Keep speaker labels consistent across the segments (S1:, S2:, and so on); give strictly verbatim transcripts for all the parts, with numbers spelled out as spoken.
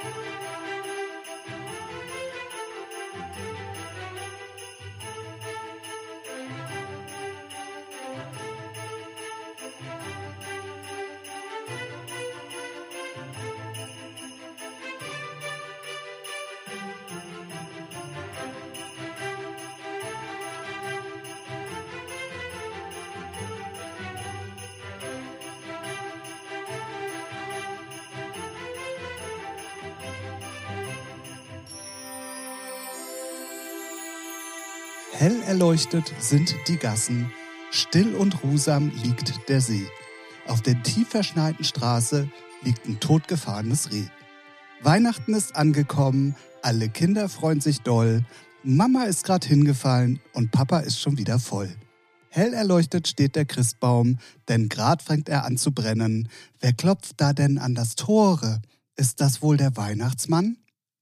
S1: Hell erleuchtet sind die Gassen, still und ruhsam liegt der See. Auf der tief verschneiten Straße liegt ein totgefahrenes Reh. Weihnachten ist angekommen, alle Kinder freuen sich doll, Mama ist grad hingefallen und Papa ist schon wieder voll. Hell erleuchtet steht der Christbaum, denn grad fängt er an zu brennen. Wer klopft da denn an das Tore? Ist das wohl der Weihnachtsmann?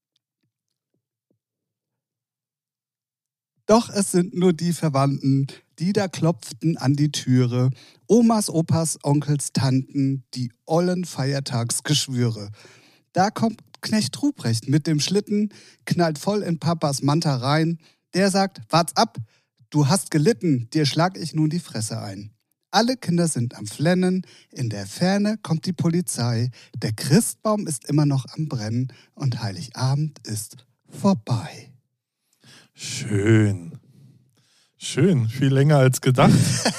S1: Doch es sind nur die Verwandten, die da klopften an die Türe. Omas, Opas, Onkels, Tanten, die ollen Feiertagsgeschwüre. Da kommt Knecht Ruprecht mit dem Schlitten, knallt voll in Papas Manta rein. Der sagt, wart's ab, du hast gelitten, dir schlag ich nun die Fresse ein. Alle Kinder sind am Flennen, in der Ferne kommt die Polizei. Der Christbaum ist immer noch am Brennen und Heiligabend ist vorbei.
S2: Schön. Schön. Viel länger als gedacht.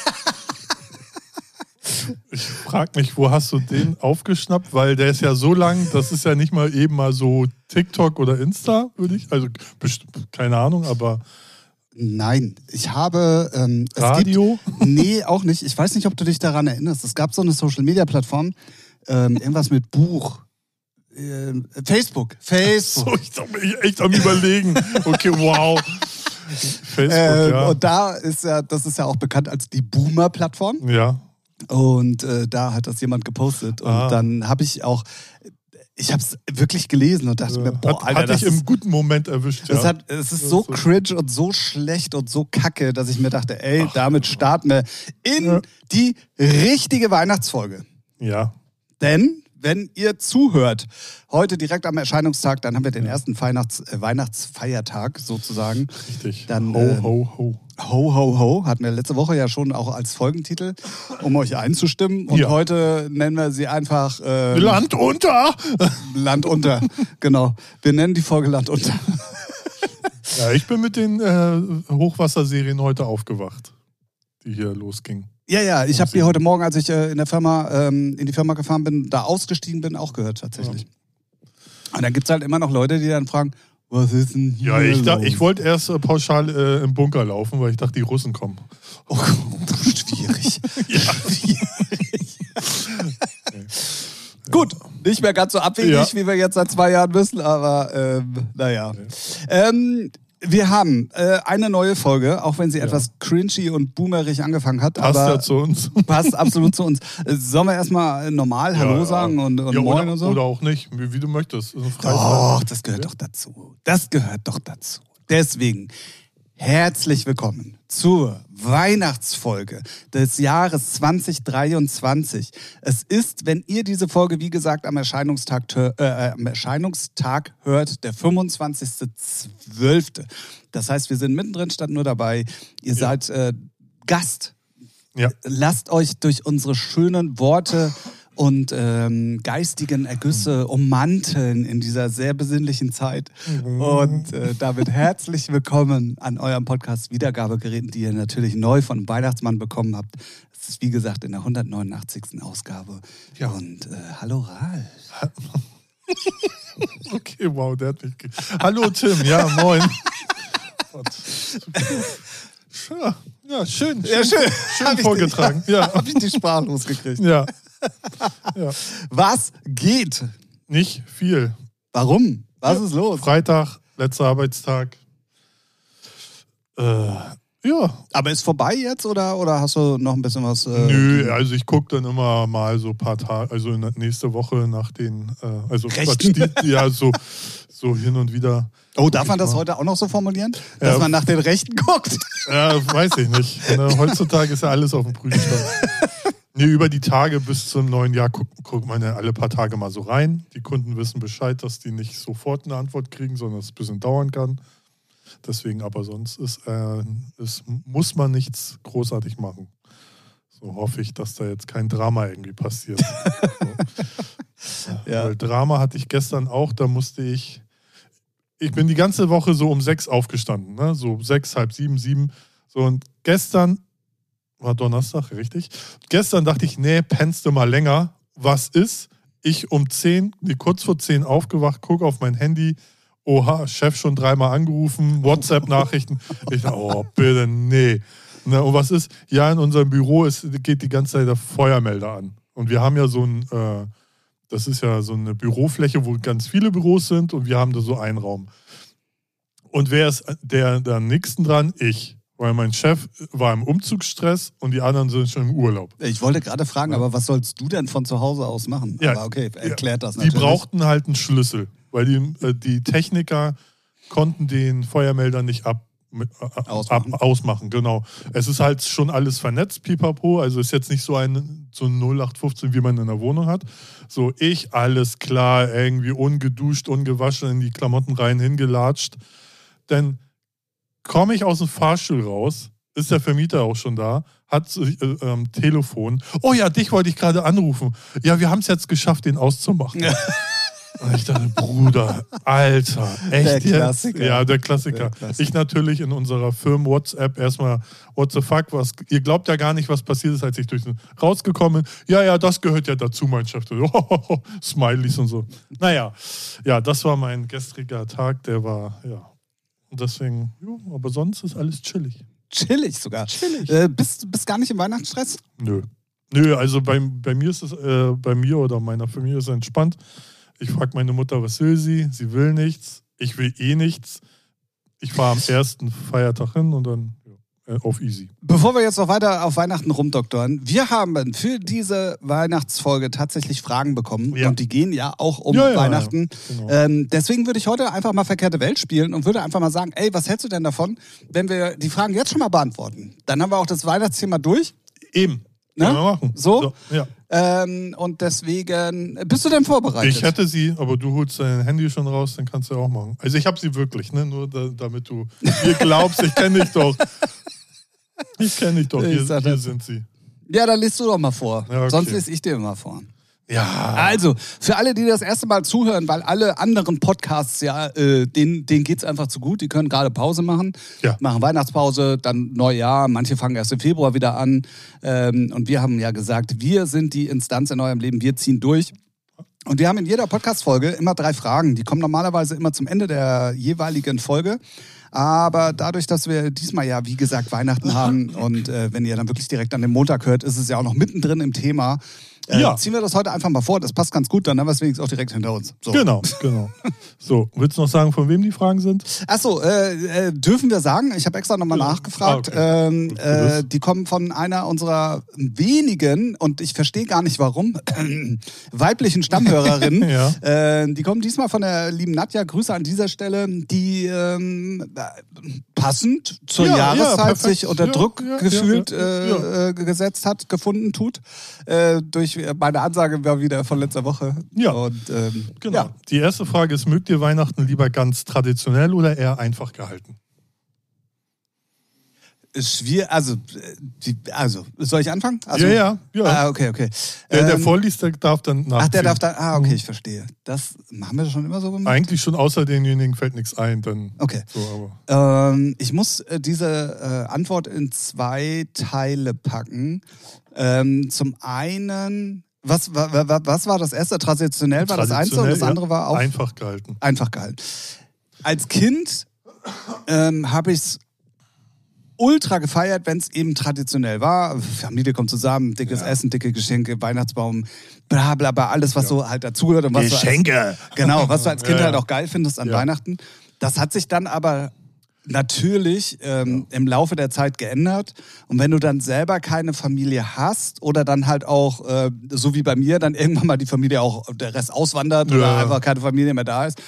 S2: Ich frage mich, wo hast du den aufgeschnappt? Weil der ist ja so lang, das ist ja nicht mal eben mal so TikTok oder Insta, würde ich. Also, keine Ahnung, aber.
S1: Nein, ich habe. Ähm,
S2: Radio?
S1: Es gibt, nee, auch nicht. Ich weiß nicht, ob du dich daran erinnerst. Es gab so eine Social-Media-Plattform, ähm, irgendwas mit Buch. Facebook, Facebook.
S2: So, ich bin echt am Überlegen. Okay, wow. Facebook,
S1: äh,
S2: ja.
S1: Und da ist ja, das ist ja auch bekannt als die Boomer-Plattform.
S2: Ja.
S1: Und äh, da hat das jemand gepostet. Und
S2: ah.
S1: dann habe ich auch, ich habe es wirklich gelesen und dachte ja. mir, boah,
S2: hat,
S1: Alter,
S2: hat
S1: das
S2: dich im guten Moment erwischt.
S1: Das
S2: ja.
S1: hat, es ist so cringe und so schlecht und so kacke, dass ich mir dachte, ey, Ach, damit starten wir in ja. die richtige Weihnachtsfolge.
S2: Ja.
S1: Denn wenn ihr zuhört, heute direkt am Erscheinungstag, dann haben wir den ja. ersten Weihnachts-, äh, Weihnachtsfeiertag sozusagen.
S2: Richtig.
S1: Dann,
S2: ho,
S1: äh,
S2: ho, ho.
S1: Ho, ho, ho. Hatten wir letzte Woche ja schon auch als Folgentitel, um euch einzustimmen. Und ja. heute nennen wir sie einfach... Ähm,
S2: Land unter!
S1: Land unter, genau. Wir nennen die Folge Land unter.
S2: Ja, ich bin mit den äh, Hochwasserserien heute aufgewacht, die hier losgingen.
S1: Ja, ja, ich habe die heute Morgen, als ich äh, in der Firma, ähm, in die Firma gefahren bin, da ausgestiegen bin, auch gehört tatsächlich. Ja. Und dann gibt es halt immer noch Leute, die dann fragen, was ist denn hier
S2: Ja, ich,
S1: los?
S2: ich wollte erst äh, pauschal äh, im Bunker laufen, weil ich dachte, die Russen kommen.
S1: Oh Gott, schwierig.
S2: Ja.
S1: Schwierig. Okay. Gut, nicht mehr ganz so abwegig, ja. wie wir jetzt seit zwei Jahren wissen, aber ähm, naja. Okay. Ähm, Wir haben äh, eine neue Folge, auch wenn sie ja. etwas cringy und boomerig angefangen hat.
S2: Passt
S1: aber
S2: ja zu uns.
S1: Passt absolut zu uns. Sollen wir erstmal normal Hallo ja, sagen und, und
S2: ja,
S1: Moin
S2: oder,
S1: und so?
S2: Oder auch nicht, wie, wie du möchtest.
S1: Doch, das gehört ja. doch dazu. Das gehört doch dazu. Deswegen herzlich willkommen zur Weihnachtsfolge des Jahres zwanzig dreiundzwanzig. Es ist, wenn ihr diese Folge, wie gesagt, am Erscheinungstag, äh, am Erscheinungstag hört, der fünfundzwanzigster zwölfter Das heißt, wir sind mittendrin, statt nur dabei. Ihr ja. seid äh, Gast.
S2: Ja.
S1: Lasst euch durch unsere schönen Worte und ähm, geistigen Ergüsse ummanteln in dieser sehr besinnlichen Zeit. Mhm. Und äh, damit herzlich willkommen an eurem Podcast Wiedergabegeräten, die ihr natürlich neu von Weihnachtsmann bekommen habt. Es ist, wie gesagt, in der hundertneunundachtzigsten Ausgabe. Ja. Und äh, hallo Ralf.
S2: Okay, wow, der hat mich... Ge- Hallo Tim, ja, moin. Ja, ja, schön.
S1: Ja, schön.
S2: Schön
S1: hab
S2: vorgetragen.
S1: Ich, ja. Habe ich die Sprache losgekriegt.
S2: Ja. ja.
S1: Was geht?
S2: Nicht viel.
S1: Warum? Was
S2: ja.
S1: ist los?
S2: Freitag, letzter Arbeitstag. Äh, ja.
S1: Aber ist vorbei jetzt oder, oder hast du noch ein bisschen was? Äh,
S2: Nö, also ich gucke dann immer mal so ein paar Tage, also nächste Woche nach den, äh, also Quatsch, die, ja, so, so hin und wieder.
S1: Oh, darf man das heute auch noch so formulieren? Dass
S2: ja,
S1: man nach den Rechten guckt?
S2: Ja, weiß ich nicht. Heutzutage ist ja alles auf dem Prüfstand. Nee, über die Tage bis zum neuen Jahr guckt, guckt man ja alle paar Tage mal so rein. Die Kunden wissen Bescheid, dass die nicht sofort eine Antwort kriegen, sondern dass es ein bisschen dauern kann. Deswegen, aber sonst ist, äh, ist, muss man nichts großartig machen. So hoffe ich, dass da jetzt kein Drama irgendwie passiert. So. Ja. Weil Drama hatte ich gestern auch, da musste ich, ich bin die ganze Woche so um sechs aufgestanden, ne? So sechs, halb sieben, sieben. So, und gestern, war Donnerstag, richtig? Gestern dachte ich, nee, pennst du mal länger. Was ist? Ich um zehn, nee, kurz vor zehn aufgewacht, gucke auf mein Handy, oha, Chef schon dreimal angerufen, WhatsApp-Nachrichten. Ich dachte, oh, bitte, nee. Na, und was ist? Ja, in unserem Büro ist, geht die ganze Zeit der Feuermelder an. Und wir haben ja so ein, äh, das ist ja so eine Bürofläche, wo ganz viele Büros sind und wir haben da so einen Raum. Und wer ist der, der am nächsten dran? Ich. Weil mein Chef war im Umzugsstress und die anderen sind schon im Urlaub.
S1: Ich wollte gerade fragen, ja. aber was sollst du denn von zu Hause aus machen?
S2: Ja,
S1: aber okay, erklärt
S2: ja,
S1: das natürlich.
S2: Die brauchten halt einen Schlüssel, weil die, äh, die Techniker konnten den Feuermelder nicht ab, mit, äh,
S1: ausmachen.
S2: Ab, ausmachen. Genau. Es ist halt schon alles vernetzt, pipapo, also ist jetzt nicht so ein, so ein null acht fünfzehn, wie man in der Wohnung hat. So, ich, alles klar, irgendwie ungeduscht, ungewaschen, in die Klamotten rein hingelatscht. Denn komme ich aus dem Fahrstuhl raus, ist der Vermieter auch schon da, hat äh, ähm, Telefon. Oh ja, dich wollte ich gerade anrufen. Ja, wir haben es jetzt geschafft, den auszumachen. Und ich dachte, Bruder, Alter, echt
S1: der
S2: jetzt?
S1: Klassiker.
S2: Ja, der Klassiker. der Klassiker. Ich natürlich in unserer Firmen-WhatsApp erstmal, what the fuck, was, ihr glaubt ja gar nicht, was passiert ist, als ich durch den rausgekommen bin. Ja, ja, das gehört ja dazu, mein Chef. Oh, Smileys und so. Naja, ja, das war mein gestriger Tag, der war, ja. Und deswegen, ja, aber sonst ist alles chillig.
S1: Chillig sogar.
S2: Chillig.
S1: Äh, bist, bist gar nicht im Weihnachtsstress?
S2: Nö. Nö, also bei, bei mir ist es, äh, bei mir oder meiner Familie ist es entspannt. Ich frage meine Mutter, was will sie? Sie will nichts. Ich will eh nichts. Ich fahre am ersten Feiertag hin und dann ja, auf easy.
S1: Bevor wir jetzt noch weiter auf Weihnachten rumdoktoren, wir haben für diese Weihnachtsfolge tatsächlich Fragen bekommen. Ja. Und die gehen ja auch um
S2: ja, ja,
S1: Weihnachten.
S2: Ja, genau.
S1: ähm, deswegen würde ich heute einfach mal verkehrte Welt spielen und würde einfach mal sagen, ey, was hältst du denn davon, wenn wir die Fragen jetzt schon mal beantworten? Dann haben wir auch das Weihnachtsthema durch.
S2: Eben.
S1: Ne?
S2: Können wir machen.
S1: So?
S2: so ja.
S1: Ähm, und deswegen, bist du denn vorbereitet?
S2: Ich hätte sie, aber du holst dein Handy schon raus, dann kannst du auch machen. Also ich habe sie wirklich, ne? Nur da, damit du mir glaubst, ich kenne dich doch. Ich kenne dich doch, hier, hier sind sie.
S1: Ja, dann liest du doch mal vor.
S2: Ja, okay.
S1: Sonst lese ich dir mal vor.
S2: Ja.
S1: Also, für alle, die das erste Mal zuhören, weil alle anderen Podcasts, ja, äh, denen, denen geht es einfach zu gut. Die können gerade Pause machen,
S2: ja.
S1: machen Weihnachtspause, dann Neujahr. Manche fangen erst im Februar wieder an. Ähm, und wir haben ja gesagt, wir sind die Instanz in eurem Leben, wir ziehen durch. Und wir haben in jeder Podcast-Folge immer drei Fragen. Die kommen normalerweise immer zum Ende der jeweiligen Folge. Aber dadurch, dass wir diesmal ja, wie gesagt, Weihnachten haben und äh, wenn ihr dann wirklich direkt an dem Montag hört, ist es ja auch noch mittendrin im Thema. Äh,
S2: ja.
S1: Ziehen wir das heute einfach mal vor, das passt ganz gut, dann haben wir es wenigstens auch direkt hinter uns. So.
S2: Genau, genau. So, willst du noch sagen, von wem die Fragen sind?
S1: Achso, äh, äh, dürfen wir sagen, ich habe extra nochmal
S2: ja.
S1: nachgefragt,
S2: ah, okay.
S1: ähm, äh, die kommen von einer unserer wenigen, und ich verstehe gar nicht warum, äh, weiblichen Stammhörerinnen.
S2: ja.
S1: äh, die kommen diesmal von der lieben Nadja, Grüße an dieser Stelle, die ähm, passend zur
S2: ja,
S1: Jahreszeit
S2: ja,
S1: sich unter
S2: ja,
S1: Druck
S2: ja,
S1: gefühlt
S2: ja, ja, ja.
S1: Äh, gesetzt hat, gefunden tut. Äh, durch meine Ansage war wieder von letzter Woche.
S2: Ja,
S1: und, ähm,
S2: genau.
S1: Ja.
S2: Die erste Frage ist, mögt ihr Weihnachten lieber ganz traditionell oder eher einfach gehalten?
S1: Ist schwierig, also, die, also, soll ich anfangen? Also,
S2: ja, ja, ja.
S1: Ah, okay, okay.
S2: Der, der
S1: ähm,
S2: vorliest, der darf dann nachziehen.
S1: Ach, der darf dann, ah, okay, ich verstehe. Das haben wir schon immer so gemacht?
S2: Eigentlich schon, außer denjenigen fällt nichts ein. Dann
S1: okay.
S2: So, aber.
S1: Ähm, ich muss äh, diese äh, Antwort in zwei Teile packen. Ähm, zum einen, was, wa, wa, was war das erste? Traditionell war das eins und das andere war auch
S2: einfach gehalten.
S1: Einfach gehalten. Als Kind ähm, habe ich es ultra gefeiert, wenn es eben traditionell war. Familie kommt zusammen, dickes ja. Essen, dicke Geschenke, Weihnachtsbaum, bla bla bla, alles, was ja. so halt dazugehört. Und was
S2: Geschenke!
S1: Du als, genau, was du als Kind
S2: ja,
S1: halt
S2: ja.
S1: auch geil findest an
S2: ja.
S1: Weihnachten. Das hat sich dann aber natürlich ähm, ja. im Laufe der Zeit geändert. Und wenn du dann selber keine Familie hast oder dann halt auch, äh, so wie bei mir, dann irgendwann mal die Familie auch, der Rest auswandert ja. oder einfach keine Familie mehr da ist,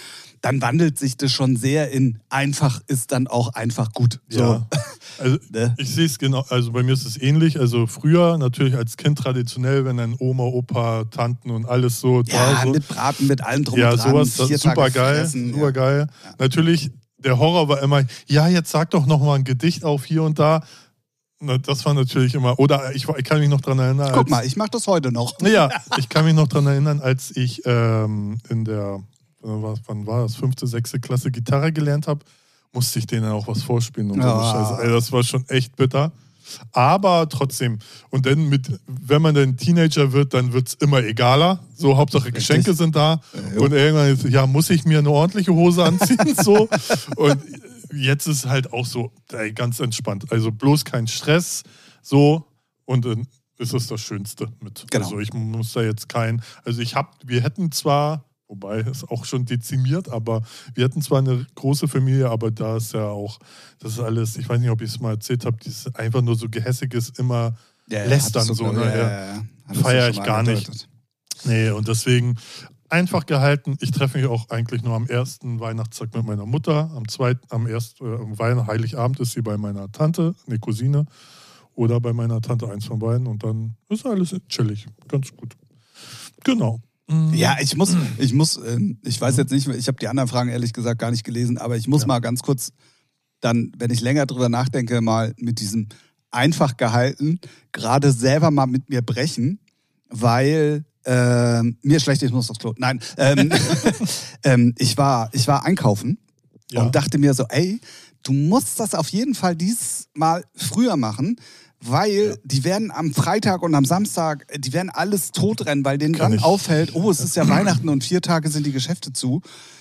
S1: dann wandelt sich das schon sehr in einfach ist dann auch einfach gut. So.
S2: Ja. Also
S1: Ne?
S2: ich sehe es genau, also bei mir ist es ähnlich. Also früher natürlich als Kind traditionell, wenn dann Oma, Opa, Tanten und alles so
S1: Ja,
S2: da so.
S1: mit Braten, mit allem drum
S2: Ja,
S1: und dran.
S2: sowas, das
S1: vier
S2: ist super
S1: Tage
S2: geil,
S1: fressen,
S2: super
S1: ja.
S2: geil.
S1: Ja.
S2: Natürlich, der Horror war immer, ja, jetzt sag doch noch mal ein Gedicht auf hier und da. Na, das war natürlich immer, oder ich, ich kann mich noch dran erinnern.
S1: Guck
S2: als,
S1: mal, ich mache das heute noch.
S2: Ja, ich kann mich noch dran erinnern, als ich ähm, in der, äh, was, wann war das, fünfte, sechste Klasse Gitarre gelernt habe, musste ich denen auch was vorspielen und so
S1: Ja.
S2: eine Scheiße. Also das war schon echt bitter. Aber trotzdem, und dann mit, wenn man dann Teenager wird, dann wird es immer egaler. So, Hauptsache
S1: Richtig.
S2: Geschenke sind da.
S1: Äh,
S2: und irgendwann ist, ja, muss ich mir eine ordentliche Hose anziehen? So. Und jetzt ist halt auch so, ey, ganz entspannt. Also bloß kein Stress, so. Und dann ist es das Schönste mit.
S1: Genau.
S2: Also ich muss da jetzt kein, also ich hab, wir hätten zwar, wobei es auch schon dezimiert, aber wir hatten zwar eine große Familie, aber da ist ja auch, das ist alles, ich weiß nicht, ob ich es mal erzählt habe, dieses einfach nur so gehässiges, immer
S1: Ja,
S2: lästern
S1: hattest du,
S2: so, ne?
S1: ja,
S2: Ja.
S1: ja, ja. Hattest
S2: Feier
S1: du
S2: ich
S1: schon
S2: gar nicht.
S1: angedeutet.
S2: Nee, und deswegen einfach gehalten. Ich treffe mich auch eigentlich nur am ersten Weihnachtstag mit meiner Mutter. Am zweiten, am ersten, äh, am Weihnachten, Heiligabend ist sie bei meiner Tante, eine Cousine, oder bei meiner Tante, eins von beiden. Und dann ist alles chillig. Ganz gut. Genau. Mhm.
S1: Ja, ich muss, ich muss, ähm, ich weiß jetzt nicht, ich habe die anderen Fragen ehrlich gesagt gar nicht gelesen, aber ich muss
S2: Ja.
S1: mal ganz kurz dann, wenn ich länger drüber nachdenke, mal mit diesem einfach gehalten, gerade selber mal mit mir brechen, weil ähm, mir schlecht, ich muss aufs Klo. Nein, ähm, ähm, ich war, ich war einkaufen
S2: Ja.
S1: und dachte mir so, ey, du musst das auf jeden Fall diesmal früher machen, weil
S2: Ja.
S1: die werden am Freitag und am Samstag, die werden alles totrennen, weil denen
S2: Kann
S1: dann
S2: ich.
S1: auffällt, oh, es ist ja Weihnachten und vier Tage sind die Geschäfte zu.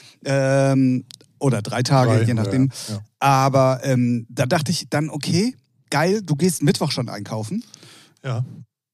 S1: Ähm, oder drei Tage,
S2: Drei,
S1: je nachdem.
S2: ja, ja.
S1: Aber ähm, da dachte ich dann, okay, geil, du gehst Mittwoch schon einkaufen.
S2: Ja.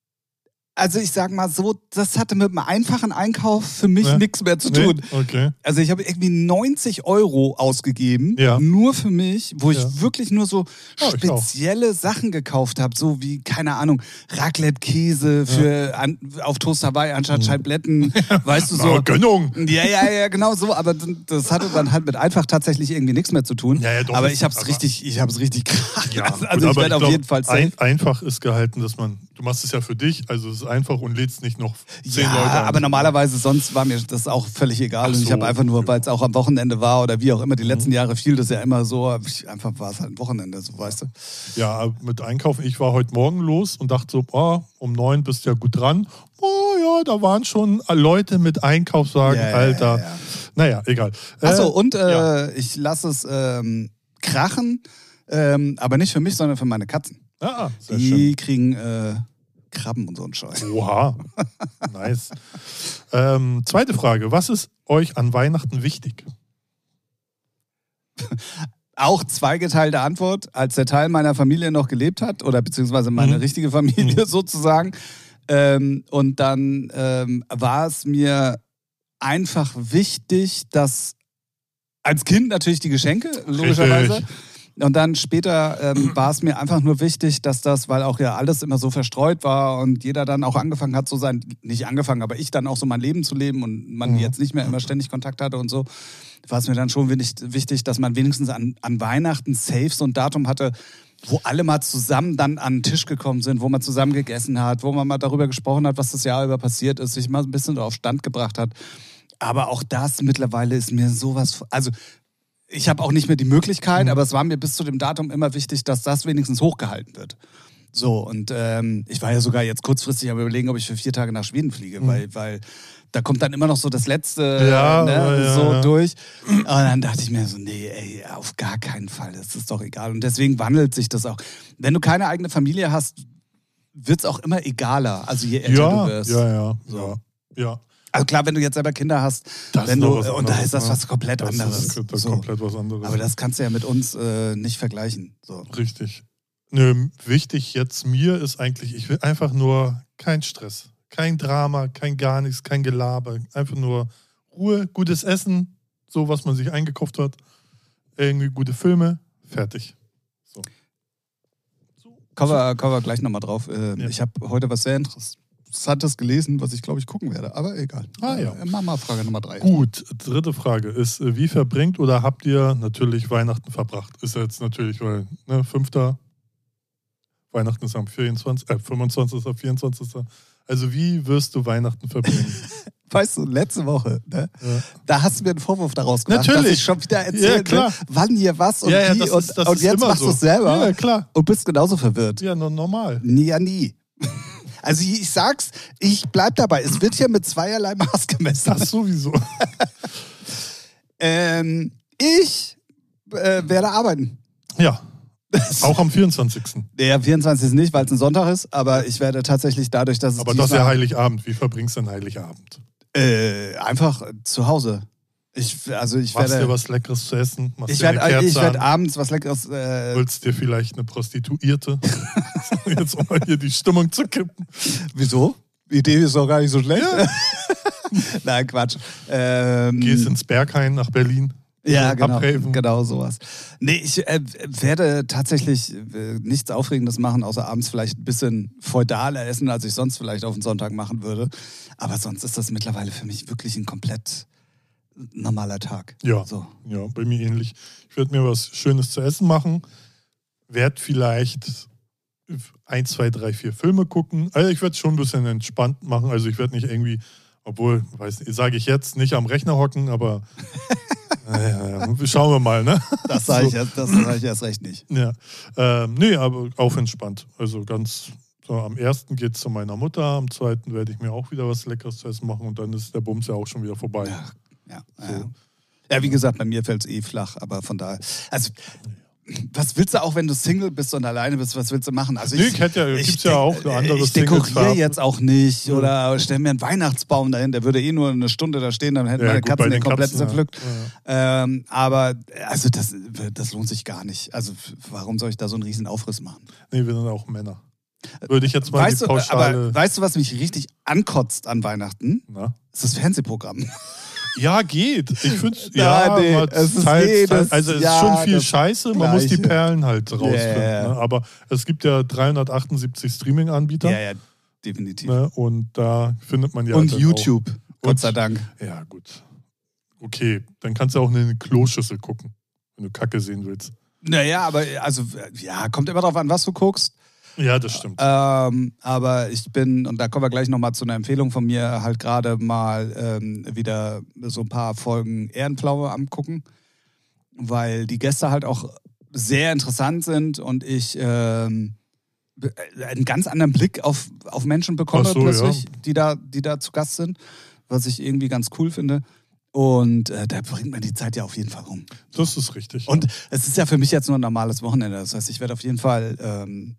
S1: Also ich sag mal so, das hatte mit einem einfachen Einkauf für mich
S2: Ja.
S1: nichts mehr zu
S2: Nee?
S1: tun.
S2: Okay.
S1: Also ich habe irgendwie neunzig Euro ausgegeben,
S2: Ja.
S1: nur für mich, wo ich
S2: Ja.
S1: wirklich nur so
S2: Ja, ich auch.
S1: spezielle Sachen gekauft habe, so wie, keine Ahnung, Raclette-Käse für an, auf Toast Hawaii anstatt Scheibletten, weißt du, so.
S2: Na, Gönnung.
S1: Ja, ja, ja, genau so, aber das hatte dann halt mit einfach tatsächlich irgendwie nichts mehr zu tun.
S2: Ja, ja, doch,
S1: aber
S2: ist-
S1: ich habe es
S2: aber-
S1: richtig, ich habe es richtig krass.
S2: Ja,
S1: also
S2: gut,
S1: ich
S2: aber
S1: werde auf
S2: glaub,
S1: jeden Fall safe.
S2: Ein, einfach ist gehalten, dass man, du machst es ja für dich, also es ist einfach und lädst nicht noch zehn
S1: Ja,
S2: Leute ein.
S1: aber normalerweise sonst war mir das auch völlig egal.
S2: Ach
S1: Und ich
S2: so,
S1: habe einfach nur,
S2: okay.
S1: weil es auch am Wochenende war oder wie auch immer, die
S2: Mhm.
S1: letzten Jahre fiel das ja immer so, hab ich, einfach war es halt ein Wochenende, so weißt du.
S2: Ja, mit Einkaufen, ich war heute Morgen los und dachte so, oh, um neun bist du ja gut dran. Oh ja, da waren schon Leute mit Einkaufswagen,
S1: Ja, ja,
S2: Alter.
S1: ja, ja.
S2: Naja, egal.
S1: Achso,
S2: Äh,
S1: und äh,
S2: ja.
S1: ich lasse es ähm, krachen, ähm, aber nicht für mich, sondern für meine Katzen.
S2: Ah, sehr schön.
S1: Die kriegen äh, Krabben und so einen Scheiß.
S2: Oha, nice. ähm, zweite Frage, was ist euch an Weihnachten wichtig?
S1: Auch zweigeteilte Antwort, als der Teil meiner Familie noch gelebt hat, oder beziehungsweise meine
S2: Mhm.
S1: richtige Familie
S2: Mhm.
S1: sozusagen. Ähm, und dann ähm, war es mir einfach wichtig, dass als Kind natürlich die Geschenke, logischerweise.
S2: Richtig.
S1: Und dann später ähm, war es mir einfach nur wichtig, dass das, weil auch ja alles immer so verstreut war und jeder dann auch angefangen hat, so sein, nicht angefangen, aber ich dann auch so mein Leben zu leben und man
S2: Mhm.
S1: jetzt nicht mehr immer ständig Kontakt hatte und so, war es mir dann schon wichtig, wichtig dass man wenigstens an, an Weihnachten safe so ein Datum hatte, wo alle mal zusammen dann an den Tisch gekommen sind, wo man zusammen gegessen hat, wo man mal darüber gesprochen hat, was das Jahr über passiert ist, sich mal ein bisschen auf Stand gebracht hat. Aber auch das mittlerweile ist mir sowas, also ich habe auch nicht mehr die Möglichkeit,
S2: Mhm.
S1: aber es war mir bis zu dem Datum immer wichtig, dass das wenigstens hochgehalten wird. So, und ähm, ich war ja sogar jetzt kurzfristig am Überlegen, ob ich für vier Tage nach Schweden fliege,
S2: Mhm.
S1: weil, weil da kommt dann immer noch so das Letzte
S2: Ja,
S1: ne,
S2: ja,
S1: so
S2: ja.
S1: durch. Und dann dachte ich mir so, nee, ey, auf gar keinen Fall, das ist doch egal. Und deswegen wandelt sich das auch. Wenn du keine eigene Familie hast, wird es auch immer egaler, also je älter
S2: Ja,
S1: du wirst.
S2: ja, ja,
S1: So.
S2: ja, ja.
S1: Also klar, wenn du jetzt selber Kinder hast,
S2: Das
S1: wenn
S2: ist noch
S1: du,
S2: was
S1: und da
S2: anderes,
S1: ist das
S2: ne?
S1: was komplett
S2: Das
S1: anderes.
S2: ist das
S1: So.
S2: komplett was anderes.
S1: Aber das kannst du ja mit uns äh, nicht vergleichen. So.
S2: Richtig. Nö, wichtig jetzt mir ist eigentlich, ich will einfach nur kein Stress, kein Drama, kein gar nichts, kein Gelaber. Einfach nur Ruhe, gutes Essen, so was man sich eingekauft hat. Irgendwie gute Filme, fertig. So.
S1: Kommen wir, kommen wir gleich nochmal drauf. Äh,
S2: Ja.
S1: Ich habe heute was sehr Interessantes. Interessantes gelesen, was ich, glaube ich, gucken werde. Aber egal.
S2: Ah, ja.
S1: Äh, Mama, Frage Nummer drei.
S2: Gut, dritte Frage ist, äh, wie verbringt oder habt ihr natürlich Weihnachten verbracht? Ist jetzt natürlich, weil, ne, fünfter Weihnachten ist am vierundzwanzigsten, äh, fünfundzwanzigsten, vierundzwanzigsten Also wie wirst du Weihnachten verbringen?
S1: Weißt du, letzte Woche, ne?
S2: Ja.
S1: Da hast du mir einen Vorwurf daraus gemacht,
S2: Natürlich.
S1: dass ich schon wieder erzählt,
S2: Ja, klar.
S1: ne? Wann hier was und
S2: Ja, ja,
S1: wie
S2: das
S1: und,
S2: ist- das
S1: und
S2: ist
S1: jetzt
S2: immer
S1: machst
S2: so.
S1: du es selber
S2: Ja, klar.
S1: und bist genauso verwirrt.
S2: Ja, no, normal.
S1: Nie, ja nie. Also ich, ich sag's, ich bleib dabei. Es wird hier mit zweierlei Maß gemessen.
S2: Das sowieso.
S1: Ähm, ich äh, werde arbeiten.
S2: Ja, auch am vierundzwanzigsten
S1: Der vierundzwanzigste nicht, weil es ein Sonntag ist, aber ich werde tatsächlich dadurch, dass es
S2: Aber das ist ja
S1: diesmal-
S2: Heiligabend. Wie verbringst du denn Heiligabend?
S1: Äh, einfach zu Hause. Ich, also ich
S2: Machst
S1: werde,
S2: dir was Leckeres zu essen? Machst
S1: ich
S2: dir eine
S1: werde,
S2: Kerze
S1: ich werde
S2: an?
S1: abends was Leckeres. Äh,
S2: Holst dir vielleicht eine Prostituierte? Jetzt um mal hier die Stimmung zu kippen.
S1: wieso? Die Idee ist doch gar nicht so schlecht. Nein, Quatsch. Ähm,
S2: Gehst ins Berghain nach Berlin.
S1: Ja, genau,
S2: Abraven.
S1: genau sowas. Nee, ich äh, werde tatsächlich äh, nichts Aufregendes machen, außer abends vielleicht ein bisschen feudaler essen, als ich sonst vielleicht auf den Sonntag machen würde. Aber sonst ist das mittlerweile für mich wirklich ein komplett normaler Tag.
S2: Ja,
S1: So.
S2: ja, bei mir ähnlich. Ich werde mir was Schönes zu essen machen. Werde vielleicht ein, zwei, drei, vier Filme gucken. Also ich werde es schon ein bisschen entspannt machen. Also ich werde nicht irgendwie, obwohl, weiß nicht, sage ich jetzt, nicht am Rechner hocken, aber naja, schauen wir mal, ne?
S1: Das sage ich, erst- das sag ich erst recht nicht.
S2: Ja, ähm, nee, aber auch entspannt. Also ganz, so am ersten geht es zu meiner Mutter, am zweiten werde ich mir auch wieder was Leckeres zu essen machen und dann ist der Bums ja auch schon wieder vorbei.
S1: Ja, ja,
S2: So.
S1: ja. ja wie gesagt, bei mir fällt es eh flach, aber von daher. Also, was willst du auch, wenn du Single bist und alleine bist, was willst du machen? Also
S2: Nee, ich hätte ja- gibt's ja auch
S1: de-
S2: andere
S1: Ich
S2: Singles
S1: dekoriere
S2: da.
S1: jetzt auch nicht
S2: Ja.
S1: oder stell mir einen Weihnachtsbaum dahin, der würde eh nur eine Stunde da stehen, dann hätten
S2: Ja,
S1: meine
S2: gut, bei
S1: Katzen
S2: den
S1: den komplett
S2: Katzen, ja.
S1: zerpflückt.
S2: Ja.
S1: Ähm, aber also das, das lohnt sich gar nicht. Also warum soll ich da so einen riesen Aufriss machen?
S2: Nee, wir sind auch Männer. Würde ich jetzt mal
S1: Weißt
S2: die
S1: du,
S2: Pauschale...
S1: aber weißt du, was mich richtig ankotzt an Weihnachten?
S2: Na?
S1: Das ist das Fernsehprogramm.
S2: Ja, geht. Ich finde
S1: Ja,
S2: ja,
S1: nee,
S2: mal
S1: es ist
S2: teils,
S1: jedes
S2: teils, also es ist
S1: Jahr
S2: schon viel
S1: das
S2: Scheiße, man muss die
S1: Gleiche.
S2: Perlen halt rausfinden.
S1: Ja.
S2: Ne? Aber es gibt ja dreihundertachtundsiebzig Streaming-Anbieter
S1: Ja, ja, definitiv.
S2: ne? Und da findet man ja
S1: Und
S2: dann
S1: YouTube, Gott
S2: Und-
S1: sei Dank.
S2: Auch, ja, gut. Okay, dann kannst du auch in eine Kloschüssel gucken, wenn du Kacke sehen willst.
S1: Naja, aber also, ja, kommt immer drauf an, was du guckst.
S2: Ja, das stimmt.
S1: Ähm, aber ich bin, und da kommen wir gleich nochmal zu einer Empfehlung von mir, halt gerade mal ähm, wieder so ein paar Folgen Ehrenpflaume am gucken, weil die Gäste halt auch sehr interessant sind und ich ähm, einen ganz anderen Blick auf, auf Menschen bekomme
S2: Ach so,
S1: plötzlich,
S2: ja.
S1: die, da, die da zu Gast sind, was ich irgendwie ganz cool finde. Und äh, da bringt man die Zeit ja auf jeden Fall rum.
S2: Das ist richtig.
S1: Und es ist ja für mich jetzt nur ein normales Wochenende. Das heißt, ich werde auf jeden Fall ähm,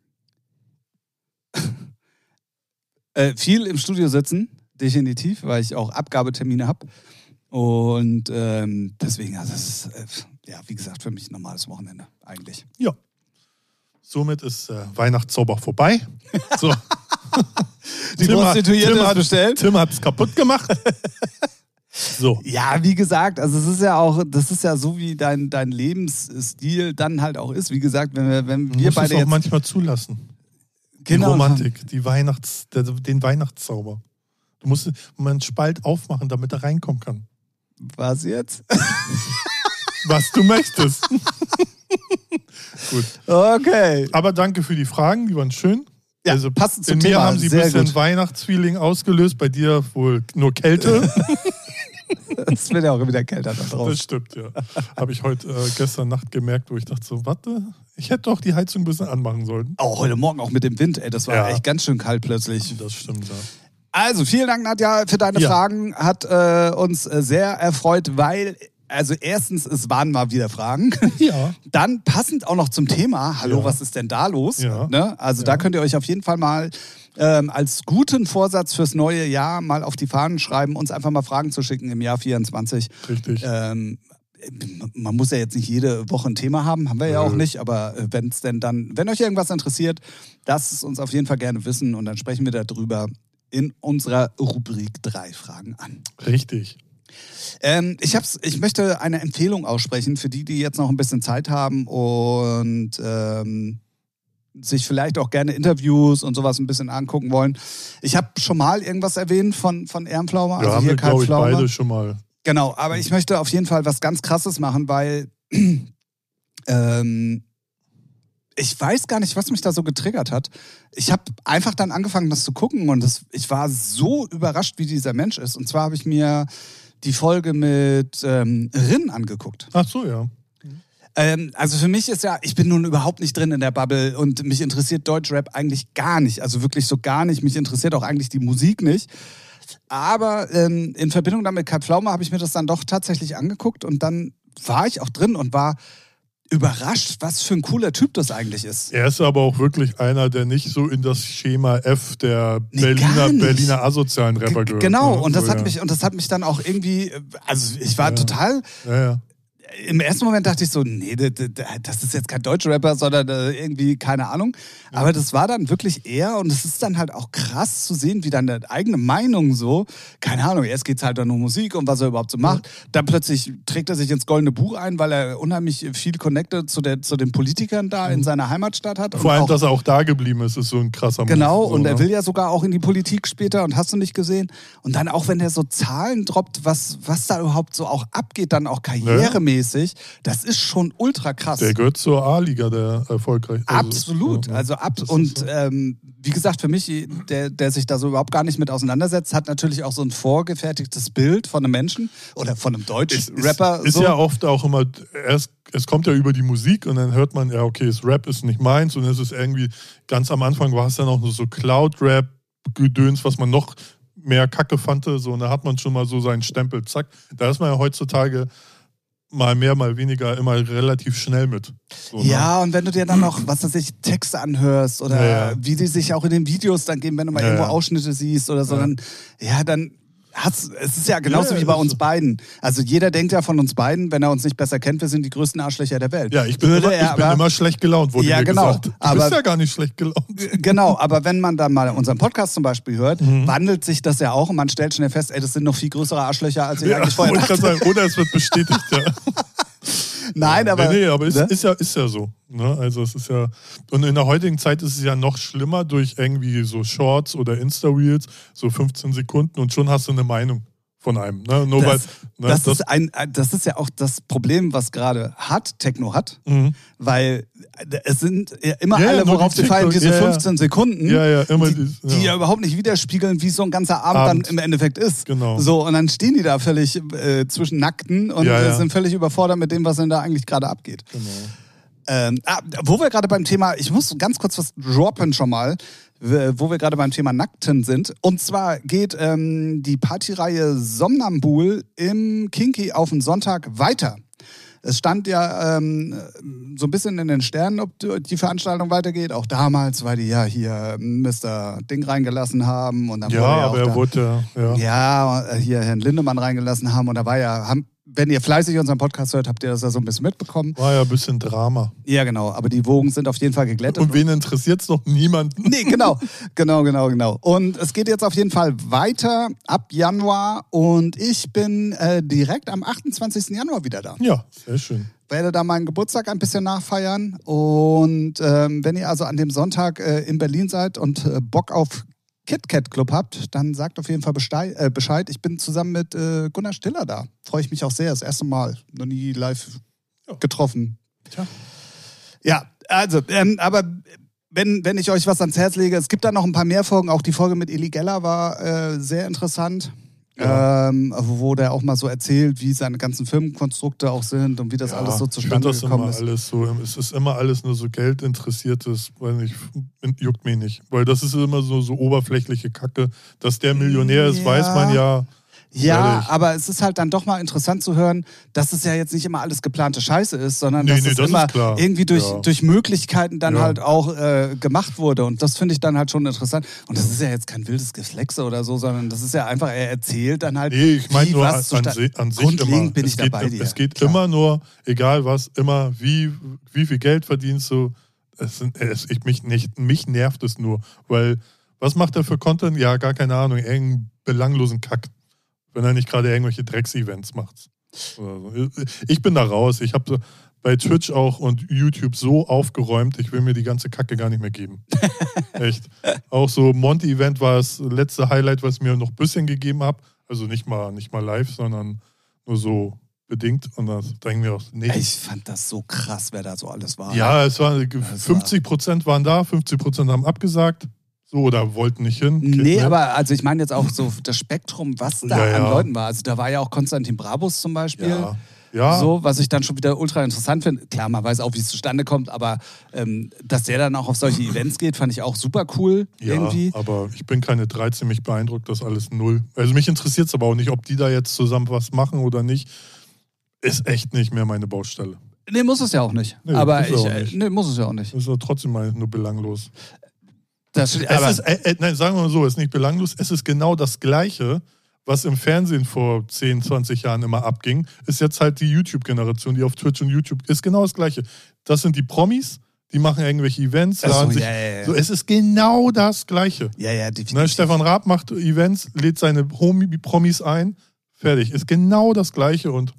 S1: äh, viel im Studio sitzen, definitiv, weil ich auch Abgabetermine habe. Und ähm, deswegen, also das ist, äh, ja, wie gesagt, für mich ein normales Wochenende eigentlich.
S2: ja. Somit ist äh, Weihnachtszauber vorbei. So.
S1: Die
S2: Tim hat-
S1: Prostituierte
S2: Tim
S1: ist
S2: hat-
S1: bestellt.
S2: Tim hat es kaputt gemacht. So.
S1: Ja, wie gesagt, also es ist ja auch, das ist ja so, wie dein, dein Lebensstil dann halt auch ist. Wie gesagt, wenn wir, wenn
S2: Du
S1: wir
S2: musst
S1: beide
S2: es auch
S1: jetzt
S2: manchmal zulassen. Die
S1: Genau.
S2: Romantik, die Weihnachts, der, den Weihnachtszauber. Du musst mal einen Spalt aufmachen, damit er reinkommen kann.
S1: Was jetzt?
S2: Was du möchtest. Gut.
S1: Okay.
S2: Aber danke für die Fragen, die waren schön.
S1: Ja,
S2: also
S1: passend zum
S2: in mir
S1: Thema,
S2: haben sie ein
S1: sehr
S2: bisschen
S1: gut.
S2: Weihnachtsfeeling ausgelöst, bei dir wohl nur Kälte.
S1: Es wird ja auch wieder kälter da drauf.
S2: Das stimmt, ja. Habe ich heute äh, gestern Nacht gemerkt, wo ich dachte so, warte, ich hätte doch die Heizung ein bisschen anmachen sollen.
S1: Oh, heute Morgen auch mit dem Wind, ey, das war
S2: Ja.
S1: echt ganz schön kalt plötzlich.
S2: Das stimmt, ja.
S1: Also, vielen Dank, Nadja, für deine
S2: Ja.
S1: Fragen. Hat äh, uns äh, sehr erfreut, weil, also erstens, es waren mal wieder Fragen.
S2: Ja.
S1: Dann passend auch noch zum Thema, hallo,
S2: Ja.
S1: was ist denn da los?
S2: Ja.
S1: Ne? Also
S2: Ja.
S1: da könnt ihr euch auf jeden Fall mal ähm, als guten Vorsatz fürs neue Jahr mal auf die Fahnen schreiben, uns einfach mal Fragen zu schicken im Jahr vierundzwanzig.
S2: Richtig.
S1: Ähm, man muss ja jetzt nicht jede Woche ein Thema haben, haben wir ja
S2: Nö.
S1: auch nicht, aber wenn es denn dann, wenn euch irgendwas interessiert, lasst es uns auf jeden Fall gerne wissen und dann sprechen wir darüber in unserer Rubrik drei Fragen an.
S2: Richtig.
S1: Ähm, ich, hab's, ich möchte eine Empfehlung aussprechen für die, die jetzt noch ein bisschen Zeit haben und ähm, sich vielleicht auch gerne Interviews und sowas ein bisschen angucken wollen. Ich habe schon mal irgendwas erwähnt von, von Ehrenpflaume.
S2: Ja,
S1: also
S2: haben
S1: hier
S2: wir,
S1: Karl
S2: glaube ich,
S1: Pflaume.
S2: beide schon mal.
S1: Genau, aber ich möchte auf jeden Fall was ganz Krasses machen, weil ähm, ich weiß gar nicht, was mich da so getriggert hat. Ich habe einfach dann angefangen, das zu gucken und das, ich war so überrascht, wie dieser Mensch ist. Und zwar habe ich mir die Folge mit ähm, Rin angeguckt.
S2: Ach so, ja.
S1: Ähm, also für mich ist ja, ich bin nun überhaupt nicht drin in der Bubble und mich interessiert Deutschrap eigentlich gar nicht. Also wirklich so gar nicht. Mich interessiert auch eigentlich die Musik nicht. Aber ähm, in Verbindung damit mit Karl Pflaume habe ich mir das dann doch tatsächlich angeguckt und dann war ich auch drin und war überrascht, was für ein cooler Typ das eigentlich ist.
S2: Er ist aber auch wirklich einer, der nicht so in das Schema F der
S1: Nee,
S2: Berliner,
S1: gar nicht.
S2: Berliner asozialen Rapper
S1: G-
S2: gehört.
S1: Genau,
S2: ne?
S1: und das
S2: so,
S1: hat
S2: ja.
S1: mich und das hat mich dann auch irgendwie, also ich war
S2: Ja.
S1: total.
S2: Ja, ja.
S1: Im ersten Moment dachte ich so, nee, d- d- das ist jetzt kein Deutschrapper, sondern äh, irgendwie, keine Ahnung. Aber das war dann wirklich er und es ist dann halt auch krass zu sehen, wie dann der eigene Meinung so, keine Ahnung, erst geht's halt dann um Musik und was er überhaupt so macht. Dann plötzlich trägt er sich ins Goldene Buch ein, weil er unheimlich viel Connected zu, der, zu den Politikern da in seiner Heimatstadt hat.
S2: Vor
S1: und
S2: allem,
S1: auch,
S2: dass er auch da geblieben ist, ist so ein krasser
S1: Genau,
S2: Move, so,
S1: und er
S2: ne?
S1: will ja sogar auch in die Politik später und hast du nicht gesehen. Und dann auch, wenn er so Zahlen droppt, was, was da überhaupt so auch abgeht, dann auch karrieremäßig, das ist schon ultra krass.
S2: Der gehört zur A-Liga, der erfolgreich. Also,
S1: Absolut,
S2: ja,
S1: also ab
S2: das ist
S1: und
S2: so.
S1: ähm, wie gesagt, für mich, der, der sich da so überhaupt gar nicht mit auseinandersetzt, hat natürlich auch so ein vorgefertigtes Bild von einem Menschen oder von einem Deutsch-Rapper.
S2: Ist, ist
S1: so.
S2: ja oft auch immer, erst, es kommt ja über die Musik und dann hört man, ja, okay, das Rap ist nicht meins und es ist irgendwie, ganz am Anfang war es dann auch nur so Cloud-Rap-Gedöns, was man noch mehr Kacke fand, so, und da hat man schon mal so seinen Stempel, zack. Da ist man ja heutzutage mal mehr, mal weniger immer relativ schnell mit. So, ne?
S1: Ja, und wenn du dir dann noch, was weiß ich, Texte anhörst oder
S2: Ja, ja.
S1: wie die sich auch in den Videos dann geben, wenn du mal
S2: Ja,
S1: irgendwo
S2: ja.
S1: Ausschnitte siehst oder so,
S2: Ja.
S1: dann, ja, dann hat's, es ist ja genauso
S2: Ja, ja,
S1: wie bei
S2: das
S1: uns
S2: ist-
S1: beiden. Also jeder denkt ja von uns beiden, wenn er uns nicht besser kennt, wir sind die größten Arschlöcher der Welt.
S2: Ja, ich bin,
S1: Würde
S2: immer,
S1: er
S2: ich bin
S1: aber-
S2: immer schlecht gelaunt, wurde
S1: Ja,
S2: mir
S1: genau.
S2: gesagt. Du
S1: Aber-
S2: bist ja gar nicht schlecht gelaunt.
S1: Genau, aber wenn man dann mal unseren Podcast zum Beispiel hört,
S2: Mhm.
S1: wandelt sich das ja auch und man stellt schnell fest, ey, das sind noch viel größere Arschlöcher, als ich
S2: Ja,
S1: eigentlich vorher
S2: wollte
S1: dachte.
S2: gerade sagen, oder es wird bestätigt, ja.
S1: Nein, aber...
S2: Nee, nee, aber ist,
S1: ne?
S2: ist, ja, ist ja so. Ne? Also es ist ja. Und in der heutigen Zeit ist es ja noch schlimmer durch irgendwie so Shorts oder Insta-Reels, so fünfzehn Sekunden und schon hast du eine Meinung von einem. Ne? Nur
S1: Das,
S2: weil, ne,
S1: das, ist ein, das ist ja auch das Problem, was gerade hat, Techno hat,
S2: Mhm.
S1: weil es sind ja immer
S2: Ja, ja,
S1: alle,
S2: nur
S1: worauf
S2: die
S1: sie fallen,
S2: TikTok-
S1: diese
S2: ja, ja.
S1: fünfzehn Sekunden,
S2: Ja, ja, immer
S1: die,
S2: dies-
S1: die
S2: ja.
S1: ja überhaupt nicht widerspiegeln, wie so ein ganzer Abend,
S2: Abend.
S1: dann im Endeffekt ist.
S2: Genau.
S1: So, und dann stehen die da völlig äh, zwischen Nackten und
S2: Ja,
S1: äh,
S2: ja.
S1: sind völlig überfordert mit dem, was denn da eigentlich gerade abgeht.
S2: Genau.
S1: Ähm, ah, wo wir gerade beim Thema, ich muss ganz kurz was droppen schon mal, w- wo wir gerade beim Thema Nackten sind. Und zwar geht ähm, die Partyreihe Somnambul im Kinky auf den Sonntag weiter. Es stand ja ähm, so ein bisschen in den Sternen, ob die Veranstaltung weitergeht. Auch damals, weil die ja hier Mister Ding reingelassen haben. Und dann
S2: Ja,
S1: wurde ja
S2: aber
S1: auch
S2: er
S1: da,
S2: wurde ja.
S1: ja, äh, hier Herrn Lindemann reingelassen haben. Und da war ja, haben, wenn ihr fleißig unseren Podcast hört, habt ihr das ja so ein bisschen mitbekommen.
S2: War ja ein bisschen Drama.
S1: Ja, genau. Aber die Wogen sind auf jeden Fall geglättet.
S2: Und wen interessiert es noch? Niemanden.
S1: Nee, genau. Genau, genau, genau. Und es geht jetzt auf jeden Fall weiter ab Januar. Und ich bin äh, direkt am achtundzwanzigsten Januar wieder da.
S2: Ja, sehr schön.
S1: Werde da meinen Geburtstag ein bisschen nachfeiern. Und ähm, wenn ihr also an dem Sonntag äh, in Berlin seid und äh, Bock auf KitKat Club habt, dann sagt auf jeden Fall bestei- äh, Bescheid. Ich bin zusammen mit äh, Gunnar Stiller da. Freue ich mich auch sehr. Das erste Mal. Noch nie live
S2: Ja.
S1: getroffen.
S2: Tja.
S1: Ja, also, ähm, aber wenn, wenn ich euch was ans Herz lege, es gibt da noch ein paar mehr Folgen. Auch die Folge mit Eli Geller war äh, sehr interessant.
S2: Ja.
S1: Ähm, wo der auch mal so erzählt, wie seine ganzen Filmkonstrukte auch sind und wie das
S2: Ja,
S1: alles so
S2: ich finde
S1: zustande
S2: das
S1: gekommen
S2: immer
S1: ist.
S2: alles so. Es ist immer alles nur so geldinteressiertes, weil nicht, juckt mich nicht. Weil das ist immer so, so oberflächliche Kacke. Dass der Millionär ist,
S1: Ja.
S2: weiß man ja.
S1: Ja,
S2: Ehrlich.
S1: aber es ist halt dann doch mal interessant zu hören, dass es ja jetzt nicht immer alles geplante Scheiße ist, sondern
S2: Nee,
S1: dass
S2: nee,
S1: es
S2: das ist
S1: immer
S2: klar.
S1: irgendwie durch,
S2: Ja.
S1: durch Möglichkeiten dann
S2: Ja.
S1: halt auch äh, gemacht wurde. Und das finde ich dann halt schon interessant. Und das ist ja jetzt kein wildes Geflexe oder so, sondern das ist ja einfach, er erzählt dann halt,
S2: Nee, ich meine
S1: wie
S2: nur an,
S1: was
S2: an,
S1: zusta-
S2: si- an sich
S1: Grundlegend
S2: immer.
S1: bin
S2: es
S1: ich
S2: geht,
S1: dabei dir.
S2: Es geht
S1: Klar.
S2: immer nur, egal was, immer, wie, wie viel Geld verdienst du. Es, sind- es, ich, mich, nicht, mich nervt es nur. Weil, was macht er für Content? Ja, gar keine Ahnung, irgendeinen belanglosen Kack. Wenn er nicht gerade irgendwelche Drecks-Events macht. Oder so. Ich bin da raus. Ich habe so, bei Twitch auch und YouTube so aufgeräumt, ich will mir die ganze Kacke gar nicht mehr geben. Echt. Auch so Monty-Event war das letzte Highlight, was ich mir noch ein bisschen gegeben habe. Also nicht mal, nicht mal live, sondern nur so bedingt. Und das denken wir auch, nee.
S1: Ich fand das so krass, wer da so alles war.
S2: Ja, es war fünfzig Prozent waren da, fünfzig Prozent haben abgesagt. So, oder wollten nicht hin.
S1: Nee,
S2: ne?
S1: aber also ich meine jetzt auch so das Spektrum, was da
S2: ja,
S1: an
S2: ja.
S1: Leuten war. Also da war ja auch Konstantin Brabus zum Beispiel.
S2: Ja. Ja.
S1: So, was ich dann schon wieder ultra interessant finde. Klar, man weiß auch, wie es zustande kommt, aber ähm, dass der dann auch auf solche Events geht, fand ich auch super cool
S2: ja,
S1: irgendwie.
S2: Aber ich bin keine dreizehn, mich beeindruckt das alles null. Also mich interessiert es aber auch nicht, ob die da jetzt zusammen was machen oder nicht. Ist echt nicht mehr meine Baustelle.
S1: Nee, muss es ja auch nicht.
S2: Nee,
S1: aber
S2: muss
S1: ich,
S2: es auch
S1: äh,
S2: nicht.
S1: nee, muss es ja auch nicht.
S2: Das ist ja trotzdem mal nur belanglos.
S1: Das,
S2: Es
S1: aber,
S2: ist, äh, äh, nein, sagen wir mal so, es ist nicht belanglos, es ist genau das Gleiche, was im Fernsehen vor zehn, zwanzig Jahren immer abging, ist jetzt halt die YouTube-Generation, die auf Twitch und YouTube ist genau das Gleiche. Das sind die Promis, die machen irgendwelche Events.
S1: Ach so,
S2: laden sich,
S1: ja, ja, ja.
S2: So, es ist genau das Gleiche.
S1: ja, ja, definitiv.
S2: Ne, Stefan Raab macht Events, lädt seine Homie-Promis ein, fertig. Ist genau das Gleiche und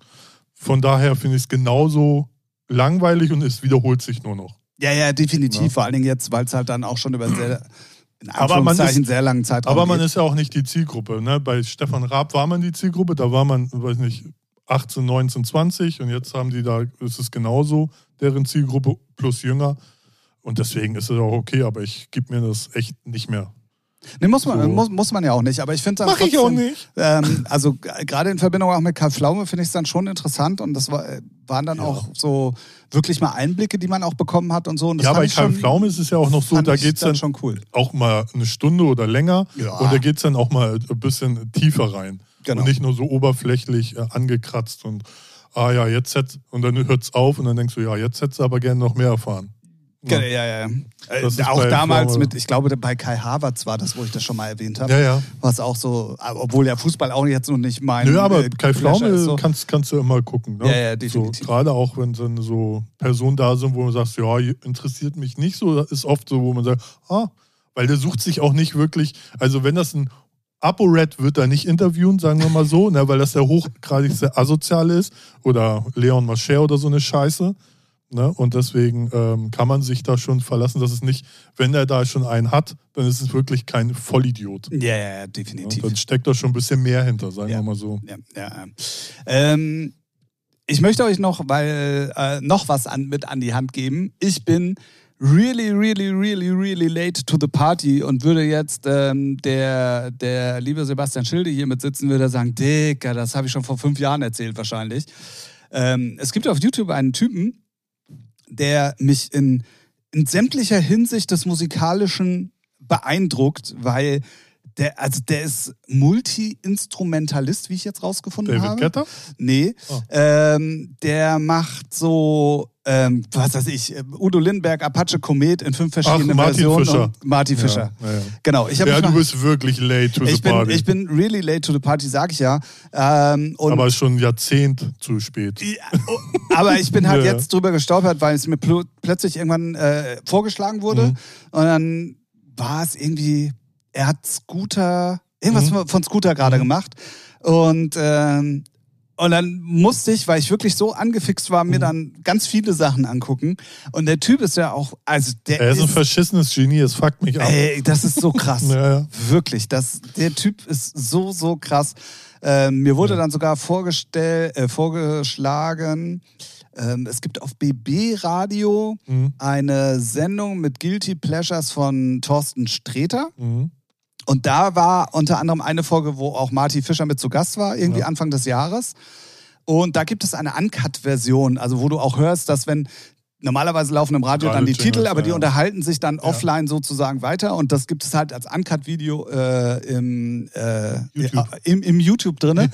S2: von daher finde ich es genauso langweilig und es wiederholt sich nur noch.
S1: Ja, ja, definitiv.
S2: Ja.
S1: Vor allen Dingen jetzt, weil es halt dann auch schon über einen sehr, in
S2: Aber man
S1: Anführungszeichen
S2: ist-
S1: sehr langen Zeitraum
S2: Aber man
S1: geht.
S2: ist ja auch nicht die Zielgruppe. Ne? Bei Stefan Raab war man die Zielgruppe, da war man, weiß nicht, achtzehn, neunzehn, zwanzig und jetzt haben die da, ist es genauso, deren Zielgruppe plus jünger. Und deswegen ist es auch okay, aber ich gebe mir das echt nicht mehr.
S1: Nee, muss man,
S2: So.
S1: muss, muss man ja auch nicht. Aber ich finde es
S2: Mach ich auch nicht.
S1: Ähm, also g- gerade in Verbindung auch mit Karl Pflaume finde ich es dann schon interessant und das war, äh, waren dann
S2: Ja.
S1: auch so wirklich mal Einblicke, die man auch bekommen hat und so. Und das
S2: Ja,
S1: fand
S2: bei
S1: ich
S2: Karl
S1: schon-
S2: Pflaume ist es ja auch noch so,
S1: fand
S2: da
S1: ich
S2: geht es
S1: dann
S2: dann
S1: schon cool.
S2: auch mal eine Stunde oder länger
S1: Ja.
S2: und da geht es dann auch mal ein bisschen tiefer rein.
S1: Genau.
S2: Und nicht nur so oberflächlich äh, angekratzt und ah ja, jetzt hätt, und dann hört es auf und dann denkst du, ja, jetzt hättest du aber gerne noch mehr erfahren.
S1: Ja, ja, ja. Äh,
S2: Das ist
S1: auch
S2: bei
S1: damals
S2: Pflaume-
S1: mit, ich glaube, bei Kai Havertz war das, wo ich das schon mal erwähnt habe.
S2: Ja, ja.
S1: Was auch so, obwohl der Fußball auch jetzt noch nicht mein.
S2: Nö, aber
S1: äh,
S2: Kai
S1: Pleasure
S2: Pflaume
S1: ist so.
S2: kannst, kannst du immer gucken. Ne?
S1: Ja, ja, definitiv.
S2: So, gerade auch, wenn dann so Personen da sind, wo man sagt, ja, interessiert mich nicht so, das ist oft so, wo man sagt, ah, weil der sucht sich auch nicht wirklich, also wenn das ein ApoRed wird er nicht interviewen, sagen wir mal so, ne, weil das der hochgradigste Asoziale ist oder Leon Mascher oder so eine Scheiße. Ne, und deswegen ähm, kann man sich da schon verlassen, dass es nicht, wenn er da schon einen hat, dann ist es wirklich kein Vollidiot.
S1: Ja, ja, ja,
S2: Ne,
S1: definitiv.
S2: dann steckt da schon ein bisschen mehr hinter, sagen
S1: Ja.
S2: wir mal so.
S1: Ja, ja. ja. Ähm, ich möchte euch noch, weil äh, noch was an, mit an die Hand geben. Ich bin really, really, really, really late to the party und würde jetzt ähm, der, der liebe Sebastian Schilde hier mit sitzen, würde er sagen, Dicker, das habe ich schon vor fünf Jahren erzählt wahrscheinlich. Ähm, es gibt auf YouTube einen Typen, der mich in, in sämtlicher Hinsicht des Musikalischen beeindruckt, weil der, also der ist Multi-Instrumentalist, wie ich jetzt rausgefunden
S2: David
S1: habe.
S2: Guetta?
S1: Nee,
S2: Oh.
S1: ähm, der macht so, ähm, was weiß ich, Udo Lindenberg, Apache Komet in fünf verschiedenen
S2: Martin
S1: Versionen.
S2: Fischer.
S1: Und Martin Fischer.
S2: Ja, ja, ja.
S1: Genau. Ich hab
S2: Ja,
S1: mich
S2: du
S1: mal,
S2: bist wirklich late to the
S1: ich bin,
S2: party.
S1: ich bin really late to the party, sag ich ja. Ähm, und
S2: aber schon ein Jahrzehnt zu spät.
S1: ja, oh, aber ich bin halt
S2: Ja.
S1: jetzt drüber gestolpert, weil es mir pl- plötzlich irgendwann äh, vorgeschlagen wurde.
S2: Mhm.
S1: Und dann war es irgendwie, er hat Scooter, irgendwas
S2: Mhm.
S1: von Scooter gerade gemacht. Und, ähm, und dann musste ich, weil ich wirklich so angefixt war, mir
S2: Mhm.
S1: dann ganz viele Sachen angucken. Und der Typ ist ja auch, also der
S2: Er ist ein
S1: ist,
S2: verschissenes Genie, es fuckt mich ab.
S1: ey, das ist so krass.
S2: Ja, ja.
S1: Wirklich, das, der Typ ist so, so krass. Ähm, mir wurde
S2: Ja.
S1: dann sogar vorgestell, äh, vorgeschlagen, ähm, es gibt auf B B Radio
S2: Mhm.
S1: eine Sendung mit Guilty Pleasures von Thorsten Sträter.
S2: Mhm.
S1: Und da war unter anderem eine Folge, wo auch Marty Fischer mit zu Gast war, irgendwie
S2: Ja.
S1: Anfang des Jahres. Und da gibt es eine Uncut-Version, also wo du auch hörst, dass wenn normalerweise laufen im Radio dann die
S2: Radio-Jingles,
S1: Titel, aber die
S2: ja.
S1: unterhalten sich dann offline sozusagen weiter. Und das gibt es halt als Uncut-Video äh, im, äh,
S2: YouTube.
S1: äh, im, im YouTube drin.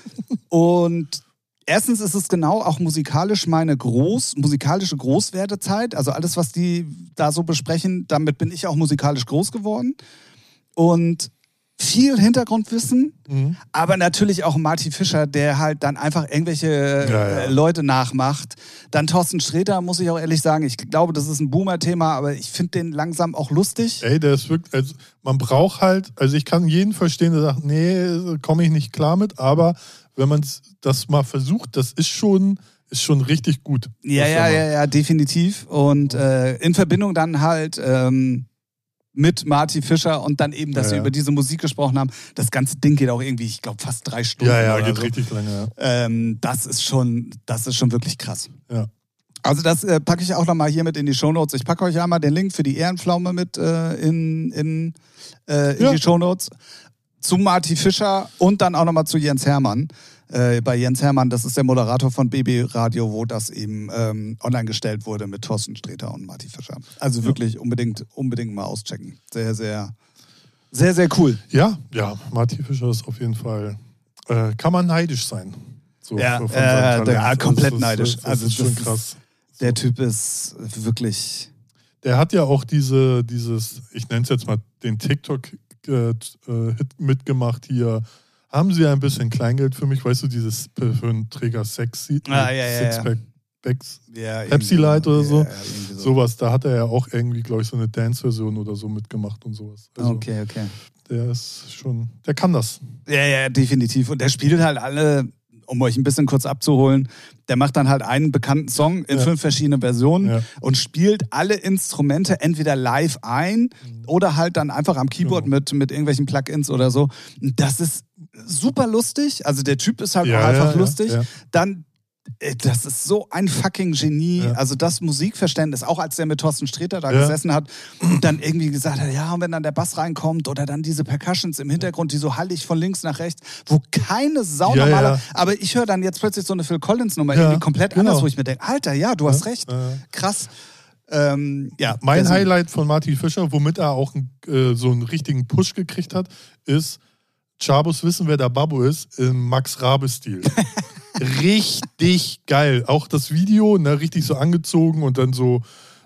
S1: Und erstens ist es genau auch musikalisch meine groß, musikalische Großwerdezeit. Also alles, was die da so besprechen, damit bin ich auch musikalisch groß geworden. Und viel Hintergrundwissen,
S2: Mhm.
S1: aber natürlich auch Marty Fischer, der halt dann einfach irgendwelche
S2: Ja, ja.
S1: äh, Leute nachmacht. Dann Thorsten Sträter, muss ich auch ehrlich sagen. Ich glaube, das ist ein Boomer-Thema, aber ich finde den langsam auch lustig.
S2: Ey, der ist wirklich, also man braucht halt, also ich kann jeden verstehen, der sagt, nee, komme ich nicht klar mit, aber wenn man das mal versucht, das ist schon ist schon richtig gut.
S1: Ja, ja, ja, ja, definitiv. Und äh, in Verbindung dann halt ähm, mit Marty Fischer und dann eben, dass
S2: ja,
S1: wir
S2: ja.
S1: über diese Musik gesprochen haben. Das ganze Ding geht auch irgendwie, ich glaube, fast drei Stunden.
S2: Ja, ja,
S1: oder
S2: geht
S1: so.
S2: richtig lange, ja.
S1: Ähm, das ist schon, das ist schon wirklich krass.
S2: Ja.
S1: Also das äh, packe ich auch nochmal hier mit in die Shownotes. Ich packe euch einmal den Link für die Ehrenpflaume mit äh, in, in, äh, in
S2: Ja.
S1: die Shownotes. Zu Marty Fischer und dann auch nochmal zu Jens Hermann. Äh, bei Jens Hermann, das ist der Moderator von B B Radio, wo das eben ähm, online gestellt wurde mit Thorsten Sträter und Marty Fischer. Also wirklich ja. unbedingt, unbedingt mal auschecken. Sehr, sehr, sehr, sehr cool.
S2: Ja, ja, Marty Fischer ist auf jeden Fall, äh, kann man neidisch sein. So,
S1: ja,
S2: von
S1: äh, der, ja, komplett
S2: also, das
S1: neidisch.
S2: Ist, das
S1: also
S2: ist schon
S1: das
S2: krass.
S1: Ist, der Typ ist wirklich...
S2: Der hat ja auch diese, dieses, ich nenne es jetzt mal den TikTok-Hit mitgemacht hier. Haben Sie ein bisschen Kleingeld für mich? Weißt du, dieses für einen Träger Sexy,
S1: ah, ja, ja,
S2: Sixpack, Becks,
S1: ja,
S2: Pepsi Light oder so.
S1: Ja, ja, so.
S2: Sowas, da hat er ja auch irgendwie, glaube ich, so eine Dance-Version oder so mitgemacht und sowas. Also,
S1: okay, okay.
S2: Der ist schon, der kann das.
S1: Ja, ja, definitiv. Und der spielt halt alle, um euch ein bisschen kurz abzuholen, der macht dann halt einen bekannten Song in
S2: ja.
S1: fünf verschiedenen Versionen ja. und spielt alle Instrumente entweder live ein mhm. oder halt dann einfach am Keyboard genau. mit, mit irgendwelchen Plugins oder so. Und das ist super lustig. Also der Typ ist halt
S2: ja,
S1: auch einfach
S2: ja,
S1: lustig.
S2: Ja.
S1: Dann das ist so ein fucking Genie.
S2: Ja.
S1: Also das Musikverständnis, auch als der mit Thorsten Sträter da
S2: ja.
S1: gesessen hat und dann irgendwie gesagt hat, ja, und wenn dann der Bass reinkommt oder dann diese Percussions im Hintergrund, die so hallig von links nach rechts, wo keine Sau
S2: ja,
S1: normaler...
S2: ja.
S1: Aber ich höre dann jetzt plötzlich so eine Phil Collins-Nummer
S2: ja,
S1: irgendwie komplett
S2: genau.
S1: anders, wo ich mir denke, Alter, ja, du hast
S2: ja.
S1: recht.
S2: Ja.
S1: Krass. Ähm, ja,
S2: mein Highlight von Marty Fischer, womit er auch äh, so einen richtigen Push gekriegt hat, ist Chabos wissen, wer der Babbo ist, im Max-Rabe-Stil. Richtig geil. Auch das Video, ne, richtig so angezogen und dann so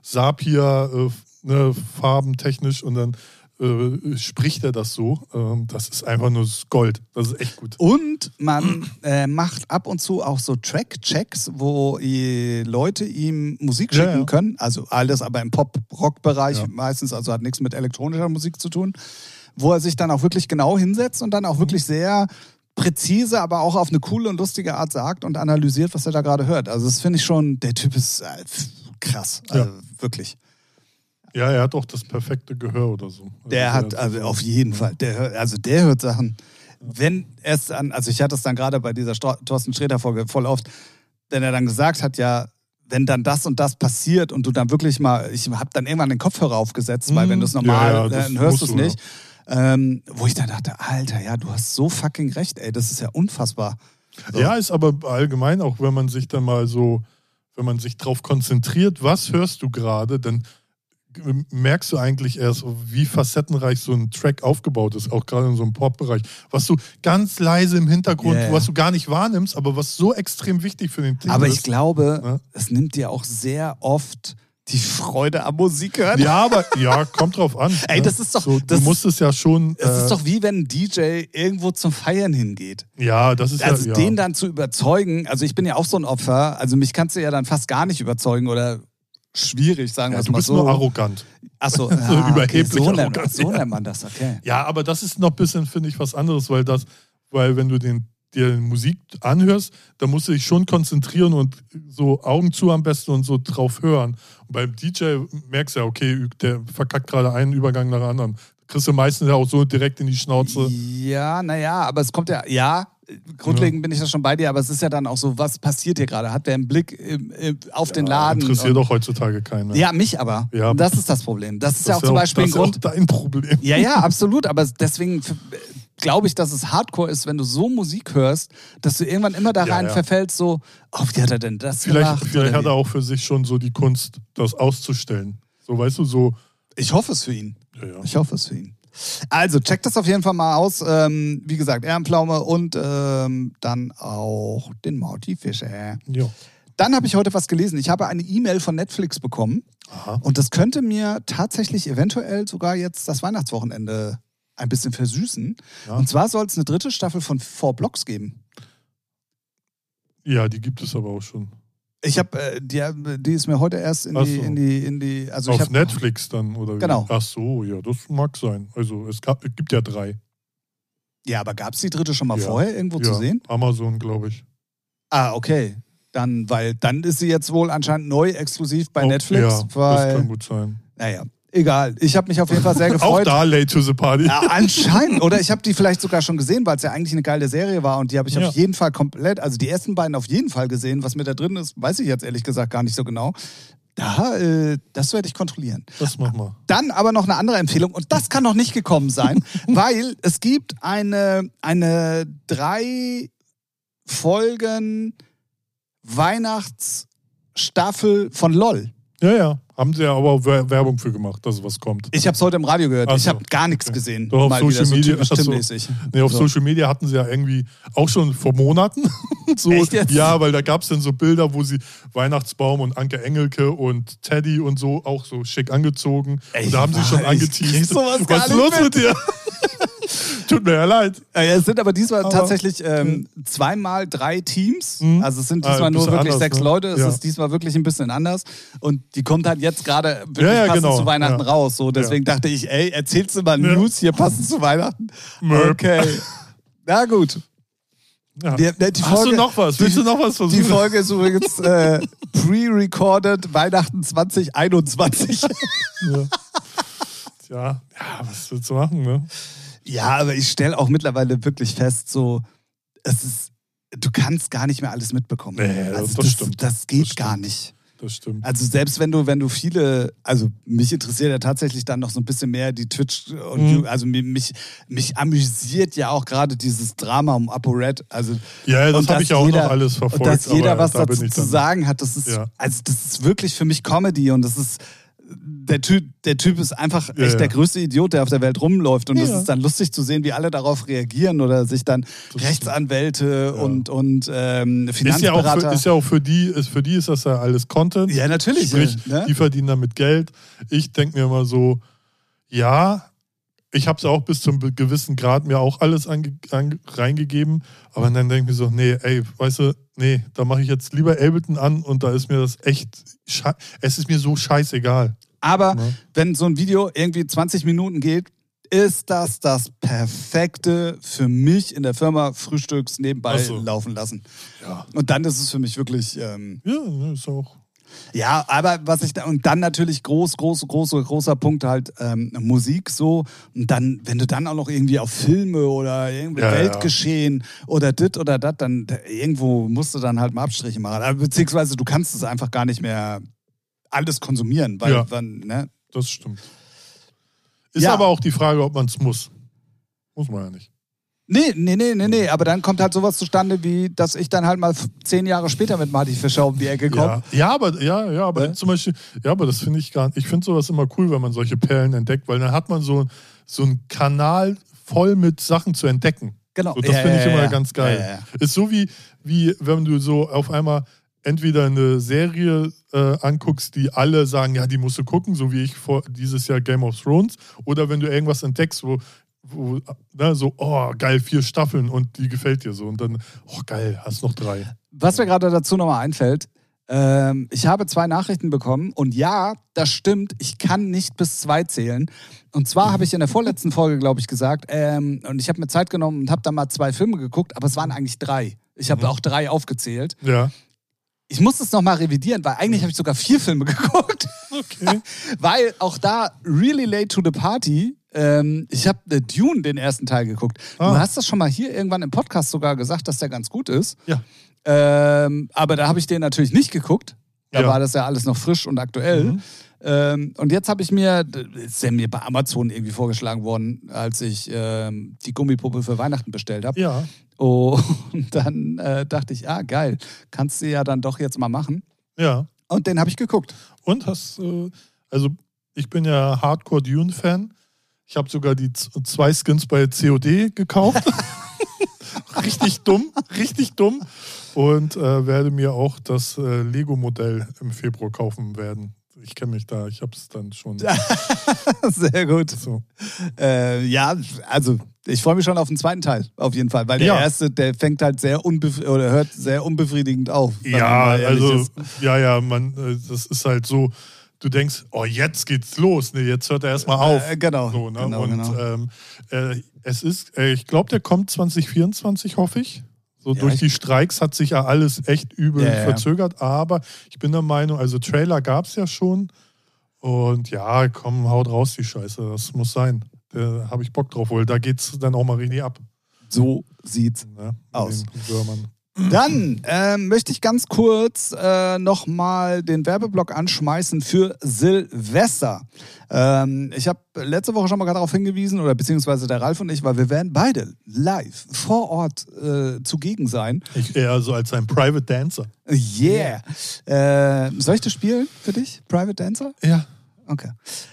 S2: Sapia, äh, ne, farbentechnisch und dann äh, spricht er das so. Ähm, das ist einfach nur Gold. Das ist echt gut.
S1: Und man äh, macht ab und zu auch so Track-Checks, wo die Leute ihm Musik schicken ja, ja. können. Also alles aber im Pop-Rock-Bereich ja. meistens, also hat nichts mit elektronischer Musik zu tun. Wo er sich dann auch wirklich genau hinsetzt und dann auch wirklich sehr präzise, aber auch auf eine coole und lustige Art sagt und analysiert, was er da gerade hört. Also das finde ich schon, der Typ ist äh, krass, also
S2: ja.
S1: wirklich.
S2: Ja, er hat auch das perfekte Gehör oder so. Also
S1: der hat, also auf jeden Fall, der hört, also der hört Sachen, wenn es an, also ich hatte es dann gerade bei dieser Thorsten Sträter-Folge voll oft, denn er dann gesagt hat, ja, wenn dann das und das passiert und du dann wirklich mal, ich habe dann irgendwann den Kopfhörer aufgesetzt, mhm. weil wenn du es normal, ja, ja, dann hörst du es nicht. Ja. Ähm, wo ich dann dachte, Alter, ja, du hast so fucking recht, ey, das ist ja unfassbar. So.
S2: Ja, ist aber allgemein, auch wenn man sich dann mal so, wenn man sich drauf konzentriert, was hörst du gerade, dann merkst du eigentlich erst, wie facettenreich so ein Track aufgebaut ist, auch gerade in so einem Pop-Bereich. Was du ganz leise im Hintergrund, yeah. was du gar nicht wahrnimmst, aber was so extrem wichtig für den Titel ist.
S1: Aber ich glaube,
S2: ja?
S1: es nimmt dir auch sehr oft die Freude am Musik hören.
S2: Ja, aber ja, kommt drauf an.
S1: Ey, das ist doch.
S2: So,
S1: das
S2: du musst es ja schon.
S1: Es
S2: äh,
S1: ist doch wie wenn ein D J irgendwo zum Feiern hingeht.
S2: Ja, das ist
S1: also
S2: ja.
S1: Also den
S2: ja.
S1: dann zu überzeugen, also ich bin ja auch so ein Opfer, also mich kannst du ja dann fast gar nicht überzeugen oder schwierig, sagen wir
S2: ja,
S1: es
S2: du
S1: mal
S2: bist
S1: so.
S2: nur arrogant.
S1: Achso,
S2: so
S1: ah,
S2: überheblich
S1: okay, so,
S2: arrogant.
S1: nennt, so nennt man das, okay.
S2: Ja, aber das ist noch ein bisschen, finde ich, was anderes, weil das, weil wenn du den dir Musik anhörst, dann musst du dich schon konzentrieren und so Augen zu am besten und so drauf hören. Und beim D J merkst du ja, okay, der verkackt gerade einen Übergang nach dem anderen. Kriegst du meistens ja auch so direkt in die Schnauze.
S1: Ja, naja, aber es kommt ja, ja, grundlegend ja. bin ich da schon bei dir, aber es ist ja dann auch so, was passiert hier gerade? Hat der einen Blick im, im, auf
S2: ja,
S1: den Laden?
S2: Interessiert doch heutzutage keiner.
S1: Ja, mich aber.
S2: Ja.
S1: Das ist das Problem. Das ist
S2: das
S1: ja auch
S2: ist
S1: zum
S2: auch,
S1: Beispiel
S2: das
S1: ein Grund.
S2: Ist auch dein Problem.
S1: Ja, ja, absolut, aber deswegen glaube ich, dass es Hardcore ist, wenn du so Musik hörst, dass du irgendwann immer da rein ja, ja. verfällst, so, oh, wie hat er denn das
S2: vielleicht,
S1: gemacht?
S2: Vielleicht hat er auch für sich schon so die Kunst, das auszustellen. So, weißt du, so.
S1: Ich hoffe es für ihn.
S2: Ja, ja.
S1: Ich hoffe es für ihn. Also, checkt das auf jeden Fall mal aus. Ähm, wie gesagt, Ehrenpflaume und ähm, dann auch den Marty Fischer.
S2: Ja.
S1: Dann habe ich heute was gelesen. Ich habe eine E-Mail von Netflix bekommen.
S2: Aha.
S1: Und das könnte mir tatsächlich eventuell sogar jetzt das Weihnachtswochenende ein bisschen versüßen. Ja. Und zwar soll es eine dritte Staffel von Four Blocks geben.
S2: Ja, die gibt es aber auch schon.
S1: Ich habe, äh, die, die ist mir heute erst in,
S2: Ach
S1: die,
S2: so.
S1: in die, in die, also
S2: auf
S1: ich hab,
S2: Netflix dann oder wie?
S1: Genau.
S2: Ach so, ja, das mag sein. Also es gab, es gibt ja drei.
S1: Ja, aber gab es die dritte schon mal
S2: ja.
S1: vorher irgendwo
S2: ja.
S1: zu sehen?
S2: Amazon, glaube ich.
S1: Ah, okay. Dann, weil dann ist sie jetzt wohl anscheinend neu exklusiv bei
S2: oh,
S1: Netflix.
S2: Ja,
S1: weil,
S2: das kann gut sein.
S1: Naja, egal. Ich habe mich auf jeden Fall sehr gefreut.
S2: Auch da late to the party.
S1: Ja, anscheinend. Oder ich habe die vielleicht sogar schon gesehen, weil es ja eigentlich eine geile Serie war. Und die habe ich
S2: Ja.
S1: auf jeden Fall komplett, also die ersten beiden auf jeden Fall gesehen. Was mit da drin ist, weiß ich jetzt ehrlich gesagt gar nicht so genau. Da, äh, das werde ich kontrollieren.
S2: Das machen wir.
S1: Dann aber noch eine andere Empfehlung. Und das kann noch nicht gekommen sein, weil es gibt eine, eine drei Folgen Weihnachtsstaffel von LOL.
S2: Ja, ja. Haben sie ja aber auch Werbung für gemacht, dass was kommt.
S1: Ich habe es heute im Radio gehört.
S2: Ach
S1: ich
S2: so,
S1: habe gar nichts
S2: okay.
S1: gesehen.
S2: Doch, auf
S1: Mal
S2: Social
S1: wieder so
S2: Media-
S1: typisch
S2: ach so.
S1: Tim-mäßig.
S2: Nee, auf
S1: So.
S2: Social Media hatten sie ja irgendwie auch schon vor Monaten. so,
S1: Echt jetzt?
S2: Ja, weil da gab es dann so Bilder, wo sie Weihnachtsbaum und Anke Engelke und Teddy und so auch so schick angezogen.
S1: Ey,
S2: und da haben sie schon
S1: ich
S2: angeteased.
S1: krieg sowas
S2: Was
S1: gar
S2: ist
S1: nicht
S2: los
S1: mit.
S2: mit dir? Tut mir ja leid.
S1: Äh, Es sind aber diesmal
S2: Aber-
S1: tatsächlich ähm, zweimal drei Teams.
S2: Mhm.
S1: Also es sind
S2: Ah,
S1: diesmal
S2: ein
S1: nur
S2: bisschen
S1: wirklich
S2: anders,
S1: sechs
S2: ne?
S1: Leute. Es
S2: Ja.
S1: ist diesmal wirklich ein bisschen anders. Und die kommt halt jetzt gerade wirklich
S2: Ja, ja,
S1: passend
S2: genau.
S1: zu Weihnachten
S2: Ja.
S1: raus. So, deswegen dachte ich, ey, erzählst du mal
S2: Ja.
S1: News hier passend zu Weihnachten?
S2: Möp.
S1: Okay. Na gut.
S2: Ja.
S1: Die, die
S2: Hast
S1: Folge,
S2: du noch was? Willst
S1: die,
S2: du noch was versuchen?
S1: Die Folge ist übrigens äh, pre-recorded Weihnachten zwanzig einundzwanzig.
S2: Ja. Tja, ja, was willst du machen, ne?
S1: Ja, aber ich stelle auch mittlerweile wirklich fest, so, es ist, du kannst gar nicht mehr alles mitbekommen.
S2: Nee, das-
S1: also
S2: das stimmt.
S1: Das geht
S2: Das stimmt.
S1: gar nicht.
S2: Das stimmt.
S1: Also selbst wenn du, wenn du viele, also mich interessiert ja tatsächlich dann noch so ein bisschen mehr die Twitch und
S2: Mhm.
S1: also mich, mich, mich amüsiert ja auch gerade dieses Drama um ApoRed. Also
S2: Ja, das
S1: und
S2: habe
S1: dass
S2: ich ja auch
S1: jeder-
S2: noch alles verfolgt.
S1: und dass jeder
S2: aber
S1: was
S2: da bin
S1: dazu
S2: ich
S1: zu
S2: dann-
S1: sagen hat, das ist,
S2: Ja.
S1: also das ist wirklich für mich Comedy und das ist der Typ, der Typ ist einfach
S2: Ja,
S1: echt
S2: ja.
S1: der größte Idiot, der auf der Welt rumläuft. Und
S2: Ja.
S1: es ist dann lustig zu sehen, wie alle darauf reagieren oder sich dann
S2: Das
S1: Rechtsanwälte
S2: Ja.
S1: und, und ähm,
S2: Ist ja, auch
S1: Finanzberater.
S2: für, ist ja auch für die, ist, für die ist das ja alles Content.
S1: Ja, natürlich,
S2: Sprich,
S1: ja, ne?
S2: die verdienen damit Geld. Ich denke mir immer so, ja, ich habe es auch bis zum gewissen Grad mir auch alles ange, an, reingegeben. Aber dann denke ich mir so, nee, ey, weißt du, nee, da mache ich jetzt lieber Ableton an und da ist mir das echt, sche- es ist mir so scheißegal.
S1: Aber
S2: Ne?
S1: wenn so ein Video irgendwie zwanzig Minuten geht, ist das das Perfekte für mich in der Firma Frühstücks nebenbei
S2: Ach so.
S1: laufen lassen.
S2: Ja,
S1: Und dann ist es für mich wirklich, ähm,
S2: ja, ne, ist auch.
S1: ja, aber was ich da, und dann natürlich groß, groß, großer, großer Punkt halt ähm, Musik so. Und dann, wenn du dann auch noch irgendwie auf Filme oder irgendwie
S2: Ja, ja.
S1: Weltgeschehen oder dit oder dat, dann da, irgendwo musst du dann halt mal Abstriche machen. Aber beziehungsweise du kannst es einfach gar nicht mehr alles konsumieren, weil
S2: Ja.
S1: dann, ne?
S2: Das stimmt. Ist
S1: Ja.
S2: aber auch die Frage, ob man es muss. Muss man ja nicht.
S1: Nee, nee, nee, nee, nee. Aber dann kommt halt sowas zustande, wie, dass ich dann halt mal f- zehn Jahre später mit Marty Fischer um die Ecke komme.
S2: Ja, ja, aber, ja, ja, aber
S1: Ne?
S2: zum Beispiel, ja, aber das finde ich gar nicht. Ich finde sowas immer cool, wenn man solche Perlen entdeckt, weil dann hat man so, so einen Kanal voll mit Sachen zu entdecken.
S1: Genau.
S2: So, das
S1: Ja,
S2: finde ich
S1: ja,
S2: immer
S1: ja.
S2: ganz geil.
S1: Ja, ja, ja.
S2: Ist so wie, wie, wenn du so auf einmal entweder eine Serie äh, anguckst, die alle sagen, ja, die musst du gucken, so wie ich vor dieses Jahr Game of Thrones, oder wenn du irgendwas entdeckst, wo, wo ne, so, oh, geil, vier Staffeln und die gefällt dir so und dann, oh, geil, hast noch drei.
S1: Was mir gerade dazu nochmal einfällt, ähm, ich habe zwei Nachrichten bekommen und ja, das stimmt, ich kann nicht bis zwei zählen. Und zwar habe ich in der vorletzten Folge, glaube ich, gesagt, ähm, und ich habe mir Zeit genommen und habe da mal zwei Filme geguckt, aber es waren eigentlich drei. Ich habe
S2: Mhm.
S1: auch drei aufgezählt.
S2: Ja.
S1: Ich muss das nochmal revidieren, weil eigentlich habe ich sogar vier Filme geguckt.
S2: Okay.
S1: Weil auch da, really late to the party, ähm, ich habe äh, Dune, den ersten Teil, geguckt.
S2: Ah.
S1: Du hast das schon mal hier irgendwann im Podcast sogar gesagt, dass der ganz gut ist.
S2: Ja.
S1: Ähm, aber da habe ich den natürlich nicht geguckt. Da
S2: Ja.
S1: war das ja alles noch frisch und aktuell.
S2: Mhm.
S1: Ähm, und jetzt habe ich mir, das ist ja mir bei Amazon irgendwie vorgeschlagen worden, als ich ähm, die Gummipuppe für Weihnachten bestellt habe.
S2: Ja.
S1: Oh, und dann äh, dachte ich, ah geil, kannst du ja dann doch jetzt mal machen.
S2: Ja.
S1: Und den habe ich geguckt.
S2: Und hast, äh, also ich bin ja Hardcore-Dune-Fan. Ich habe sogar die z- zwei Skins bei C O D gekauft. Richtig dumm, richtig dumm. Und äh, werde mir auch das äh, Lego-Modell im Februar kaufen werden. Ich kenne mich da, ich habe es dann schon.
S1: Sehr gut.
S2: So.
S1: Äh, ja, also ich freue mich schon auf den zweiten Teil, auf jeden Fall. Weil der
S2: Ja.
S1: erste, der fängt halt sehr unbef- oder hört sehr unbefriedigend auf. wenn man
S2: Ja,
S1: mal ehrlich
S2: also,
S1: ist.
S2: ja, ja, man, äh, das ist halt so, du denkst, oh, jetzt geht's los. Nee, jetzt hört er erstmal auf.
S1: Äh, genau,
S2: So, ne?
S1: genau,
S2: Und
S1: genau.
S2: Ähm, äh, es ist, äh, ich glaube, der kommt zwanzig vierundzwanzig, hoffe ich. So
S1: Ja,
S2: durch
S1: ich-
S2: die Streiks hat sich ja alles echt übel
S1: Ja, ja.
S2: verzögert, aber ich bin der Meinung, also Trailer gab es ja schon und ja, komm, haut raus die Scheiße, das muss sein. Da habe ich Bock drauf, weil da geht's dann auch mal richtig ab.
S1: So sieht's
S2: Ne? Mit
S1: aus.
S2: den Würmern.
S1: Dann ähm, möchte ich ganz kurz äh, nochmal den Werbeblock anschmeißen für Silvester. Ähm, ich habe letzte Woche schon mal darauf hingewiesen, oder beziehungsweise der Ralf und ich, weil wir werden beide live vor Ort äh, zugegen sein.
S2: Ich eher so als ein Private Dancer.
S1: Yeah. Äh, soll ich das spielen für dich, Private Dancer?
S2: Ja.
S1: Okay.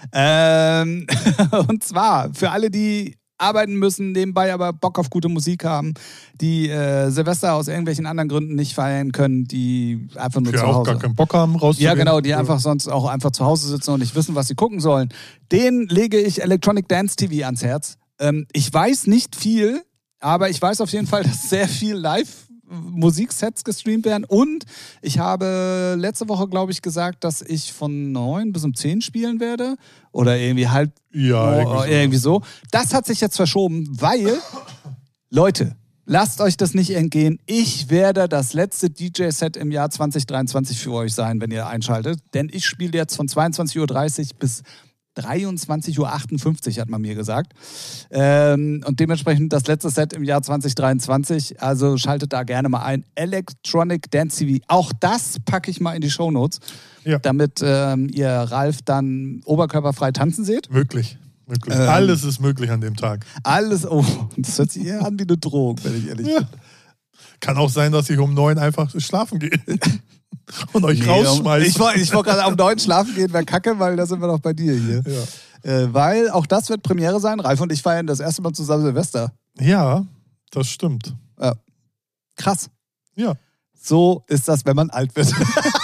S1: Ähm, und zwar für alle, die arbeiten müssen, nebenbei aber Bock auf gute Musik haben, die äh, Silvester aus irgendwelchen anderen Gründen nicht feiern können, die einfach nur
S2: Die
S1: zu
S2: auch
S1: Hause.
S2: gar keinen Bock haben, rauszugehen.
S1: Ja, genau, die einfach sonst auch einfach zu Hause sitzen und nicht wissen, was sie gucken sollen. Den lege ich Electronic Dance T V ans Herz. Ähm, ich weiß nicht viel, aber ich weiß auf jeden Fall, dass sehr viel live Musiksets gestreamt werden und ich habe letzte Woche, glaube ich, gesagt, dass ich von neun bis um zehn spielen werde oder irgendwie halb
S2: Ja,
S1: oh,
S2: irgendwie so.
S1: irgendwie so. Das hat sich jetzt verschoben, weil, Leute, lasst euch das nicht entgehen. Ich werde das letzte D J-Set im Jahr zwanzig dreiundzwanzig für euch sein, wenn ihr einschaltet. Denn ich spiele jetzt von zweiundzwanzig Uhr dreißig bis dreiundzwanzig Uhr achtundfünfzig, hat man mir gesagt. Ähm, und dementsprechend das letzte Set im Jahr zwanzig dreiundzwanzig. Also schaltet da gerne mal ein. Electronic Dance T V. Auch das packe ich mal in die Shownotes,
S2: Ja.
S1: damit ähm, ihr Ralf dann oberkörperfrei tanzen seht.
S2: Möglich. möglich.
S1: Ähm.
S2: Alles ist möglich an dem Tag.
S1: Alles, oh, das hört sich eher an wie eine Drohung, wenn ich ehrlich
S2: Ja.
S1: bin.
S2: Kann auch sein, dass ich um neun einfach schlafen gehe und euch
S1: Nee,
S2: rausschmeiße.
S1: Ich wollte ich wollt gerade auf neun schlafen gehen, wäre kacke, weil da sind wir doch bei dir hier.
S2: Ja.
S1: Äh, weil auch das wird Premiere sein. Ralf und ich feiern das erste Mal zusammen Silvester.
S2: ja, das stimmt.
S1: Ja. Krass.
S2: Ja.
S1: So ist das, wenn man alt wird.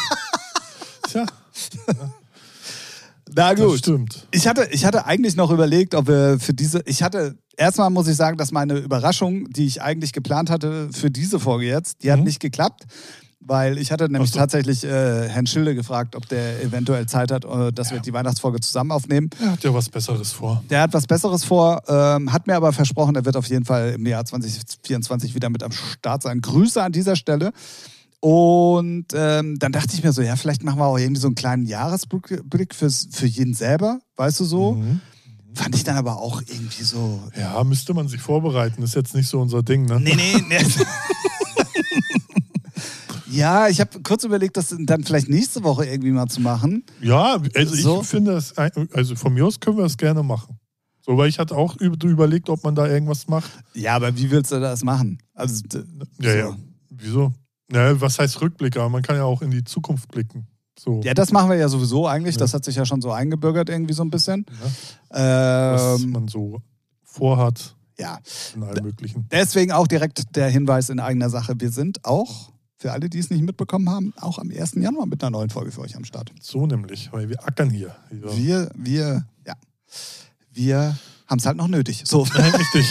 S2: Tja,
S1: Na
S2: das
S1: gut.
S2: stimmt.
S1: Ich hatte, ich hatte eigentlich noch überlegt, ob wir für diese. Ich hatte. Erstmal muss ich sagen, dass meine Überraschung, die ich eigentlich geplant hatte für diese Folge jetzt, die hat
S2: Mhm.
S1: nicht geklappt. Weil ich hatte nämlich
S2: Ach so.
S1: tatsächlich äh, Herrn Schilde gefragt, ob der eventuell Zeit hat, äh, dass wir die Weihnachtsfolge zusammen aufnehmen.
S2: Er hat ja was Besseres vor.
S1: Der hat was Besseres vor, ähm, hat mir aber versprochen, er wird auf jeden Fall im Jahr zwanzig vierundzwanzig wieder mit am Start sein. Grüße an dieser Stelle. Und ähm, dann dachte ich mir so, ja, vielleicht machen wir auch irgendwie so einen kleinen Jahresblick fürs, für jeden selber, weißt du so.
S2: Mhm.
S1: Fand ich dann aber auch irgendwie so...
S2: Ja, müsste man sich vorbereiten. Ist jetzt nicht so unser Ding, ne?
S1: Nee, nee, nee. Ja, ich habe kurz überlegt, das dann vielleicht nächste Woche irgendwie mal zu machen.
S2: Ja, also
S1: So.
S2: ich finde es, also von mir aus können wir es gerne machen. So, weil ich hatte auch üb- überlegt, ob man da irgendwas macht.
S1: Ja, aber wie willst du das machen? Also, d-
S2: Ja,
S1: so.
S2: ja. Wieso? Ja, was heißt Rückblick? Aber man kann ja auch in die Zukunft blicken. So.
S1: Ja, das machen wir ja sowieso eigentlich.
S2: Ja.
S1: Das hat sich ja schon so eingebürgert irgendwie so ein bisschen.
S2: Ja, was
S1: Ähm,
S2: man so vorhat
S1: ja,
S2: in allen möglichen.
S1: deswegen auch direkt der Hinweis in eigener Sache. Wir sind auch, für alle, die es nicht mitbekommen haben, auch am ersten Januar mit einer neuen Folge für euch am Start.
S2: So nämlich, weil wir ackern hier. Ja.
S1: Wir, wir, ja, wir haben es halt noch nötig. So.
S2: Nein, richtig.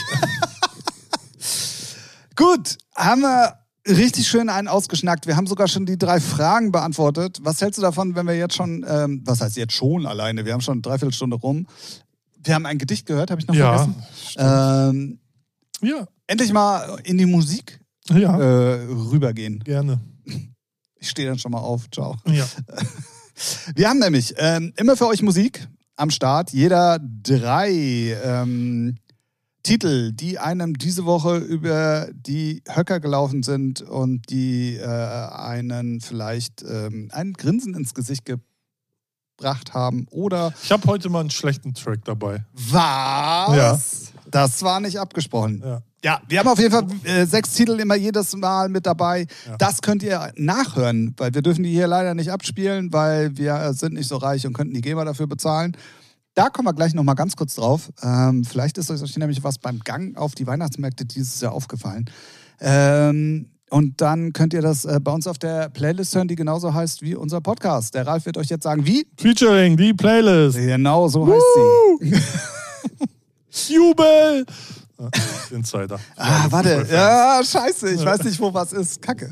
S1: Gut, haben wir richtig schön einen ausgeschnackt. Wir haben sogar schon die drei Fragen beantwortet. Was hältst du davon, wenn wir jetzt schon, ähm, was heißt jetzt schon alleine, wir haben schon eine Dreiviertelstunde rum. Wir haben ein Gedicht gehört, habe ich noch
S2: Ja,
S1: vergessen. Ähm,
S2: ja,
S1: endlich mal in die Musik
S2: ja,
S1: äh, rübergehen.
S2: gerne.
S1: Ich stehe dann schon mal auf. Ciao.
S2: Ja.
S1: Wir haben nämlich ähm, immer für euch Musik am Start. Jeder drei ähm, Titel, die einem diese Woche über die Höcker gelaufen sind und die äh, einen vielleicht ähm, ein Grinsen ins Gesicht gebracht haben. Oder
S2: Ich habe heute mal einen schlechten Track dabei.
S1: was?
S2: Ja.
S1: Das war nicht abgesprochen.
S2: Ja.
S1: Ja, wir haben auf jeden Fall äh, sechs Titel immer jedes Mal mit dabei.
S2: Ja.
S1: Das könnt ihr nachhören, weil wir dürfen die hier leider nicht abspielen, weil wir äh, sind nicht so reich und könnten die GEMA dafür bezahlen. Da kommen wir gleich nochmal ganz kurz drauf. Ähm, vielleicht ist euch nämlich was beim Gang auf die Weihnachtsmärkte dieses Jahr aufgefallen. Ähm, und dann könnt ihr das äh, bei uns auf der Playlist hören, die genauso heißt wie unser Podcast. Der Ralf wird euch jetzt sagen, wie?
S2: Featuring, die Playlist.
S1: Genau so heißt sie.
S2: Jubel! Ah, Insider.
S1: Ah, warte. Ja, scheiße. Ich weiß nicht, wo was ist. Kacke.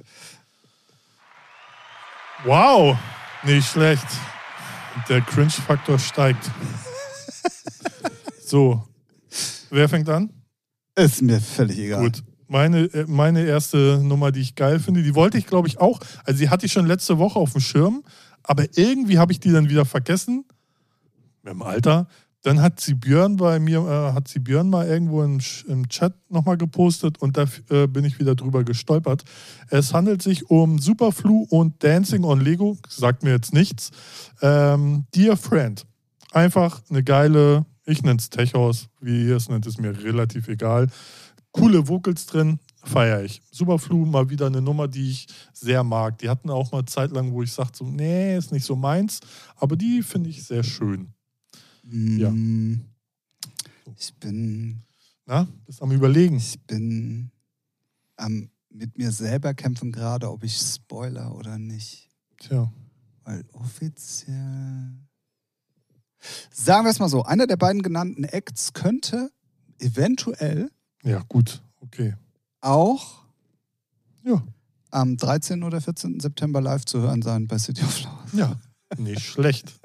S2: Wow, nicht schlecht. Der Cringe-Faktor steigt. So, wer fängt an?
S1: Ist mir völlig egal.
S2: Gut, Meine, meine erste Nummer, die ich geil finde, die wollte ich, glaube ich, auch. Also die hatte ich schon letzte Woche auf dem Schirm, aber irgendwie habe ich die dann wieder vergessen. Im Alter. Dann hat sie Björn bei mir, äh, hat sie Björn mal irgendwo im, im Chat nochmal gepostet und da äh, bin ich wieder drüber gestolpert. Es handelt sich um Superflu und Dancing on Lego, sagt mir jetzt nichts. Ähm, Dear Friend. Einfach eine geile, ich nenne es Tech-House, wie ihr es nennt, ist mir relativ egal. Coole Vocals drin, feiere ich. Superflu, mal wieder eine Nummer, die ich sehr mag. Die hatten auch mal Zeit lang, wo ich sagte, so, nee, ist nicht so meins, aber die finde ich sehr schön. Ja.
S1: Ich bin.
S2: Na, bist am Überlegen.
S1: Ich bin am mit mir selber kämpfen gerade, ob ich spoiler oder nicht.
S2: Tja.
S1: Weil offiziell. Sagen wir es mal so: Einer der beiden genannten Acts könnte eventuell.
S2: Ja, gut, okay.
S1: Auch
S2: ja.
S1: am dreizehnten oder vierzehnten September live zu hören sein bei City of Flowers.
S2: Ja, nicht schlecht.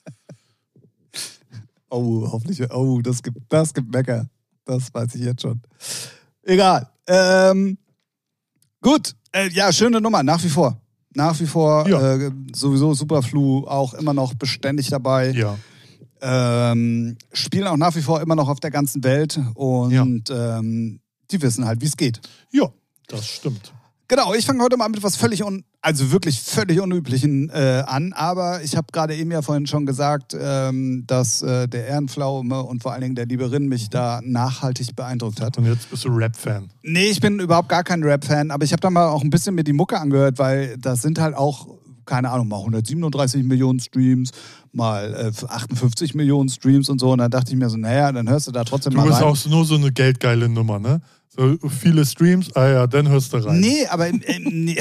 S1: Oh, hoffentlich. Oh, das gibt, das gibt Mecker. Das weiß ich jetzt schon. Egal. Ähm, gut. Äh, ja, schöne Nummer. Nach wie vor. Nach wie vor
S2: ja.
S1: äh, sowieso Superflu auch immer noch beständig dabei.
S2: Ja.
S1: Ähm, spielen auch nach wie vor immer noch auf der ganzen Welt. Und ja. ähm, die wissen halt, wie es geht.
S2: Ja, das stimmt.
S1: Genau, ich fange heute mal mit was völlig, un, also wirklich völlig Unüblichen äh, an, aber ich habe gerade eben ja vorhin schon gesagt, ähm, dass äh, der Ehrenpflaume und vor allen Dingen der liebe Rin mich da nachhaltig beeindruckt hat.
S2: Und jetzt bist du Rap-Fan.
S1: Nee, ich bin überhaupt gar kein Rap-Fan, aber ich habe da mal auch ein bisschen mir die Mucke angehört, weil das sind halt auch, keine Ahnung, mal hundertsiebenunddreißig Millionen Streams, mal äh, achtundfünfzig Millionen Streams und so, und dann dachte ich mir so, naja, dann hörst du da trotzdem
S2: du
S1: mal rein.
S2: Du bist auch nur so eine geldgeile Nummer, ne? So viele Streams, ah ja, dann hörst du rein.
S1: Nee, aber... Äh, nee.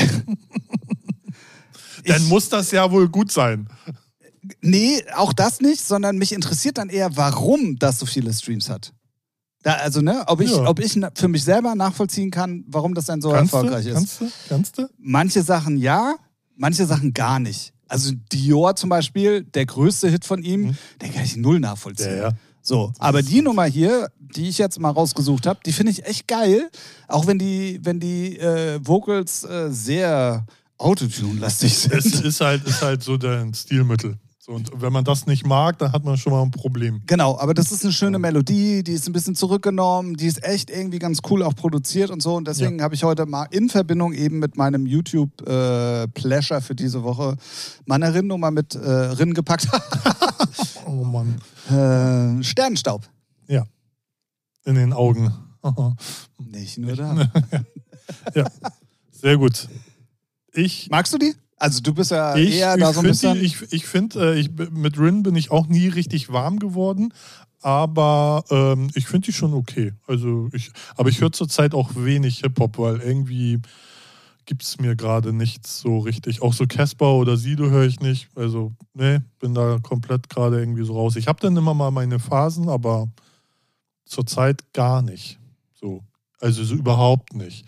S2: Dann
S1: ich,
S2: muss das ja wohl gut sein.
S1: Nee, auch das nicht, sondern mich interessiert dann eher, warum das so viele Streams hat. Da, also, ne, ob ich, ja. ob ich für mich selber nachvollziehen kann, warum das dann so
S2: kannst
S1: erfolgreich
S2: du?
S1: ist.
S2: Kannst du? Kannst du?
S1: Manche Sachen ja, manche Sachen gar nicht. Also Dior zum Beispiel, der größte Hit von ihm, mhm. den kann ich null nachvollziehen.
S2: Ja, ja.
S1: So, aber die Nummer hier, die ich jetzt mal rausgesucht habe, die finde ich echt geil. Auch wenn die, wenn die äh, Vocals äh, sehr Autotune-lastig sind.
S2: Es ist halt, ist halt so dein Stilmittel. So, und wenn man das nicht mag, dann hat man schon mal ein Problem.
S1: Genau, aber das ist eine schöne Melodie, die ist ein bisschen zurückgenommen, die ist echt irgendwie ganz cool auch produziert und so. Und deswegen ja. habe ich heute mal in Verbindung eben mit meinem YouTube-Pleasure äh, für diese Woche meine Rin-Nummer mit äh, Rin gepackt.
S2: Oh Mann.
S1: Äh, Sternenstaub.
S2: Ja. In den Augen.
S1: Nicht nur da.
S2: Ja, sehr gut. Ich,
S1: Magst du die? Also du bist ja
S2: ich,
S1: eher
S2: ich
S1: da so ein bisschen...
S2: Die, ich ich finde, ich, mit Rin bin ich auch nie richtig warm geworden, aber ähm, ich finde die schon okay. Also ich, aber ich höre zurzeit auch wenig Hip-Hop, weil irgendwie gibt es mir gerade nichts so richtig. Auch so Casper oder Sido höre ich nicht. Also nee, bin da komplett gerade irgendwie so raus. Ich habe dann immer mal meine Phasen, aber zurzeit gar nicht. So. Also so überhaupt nicht.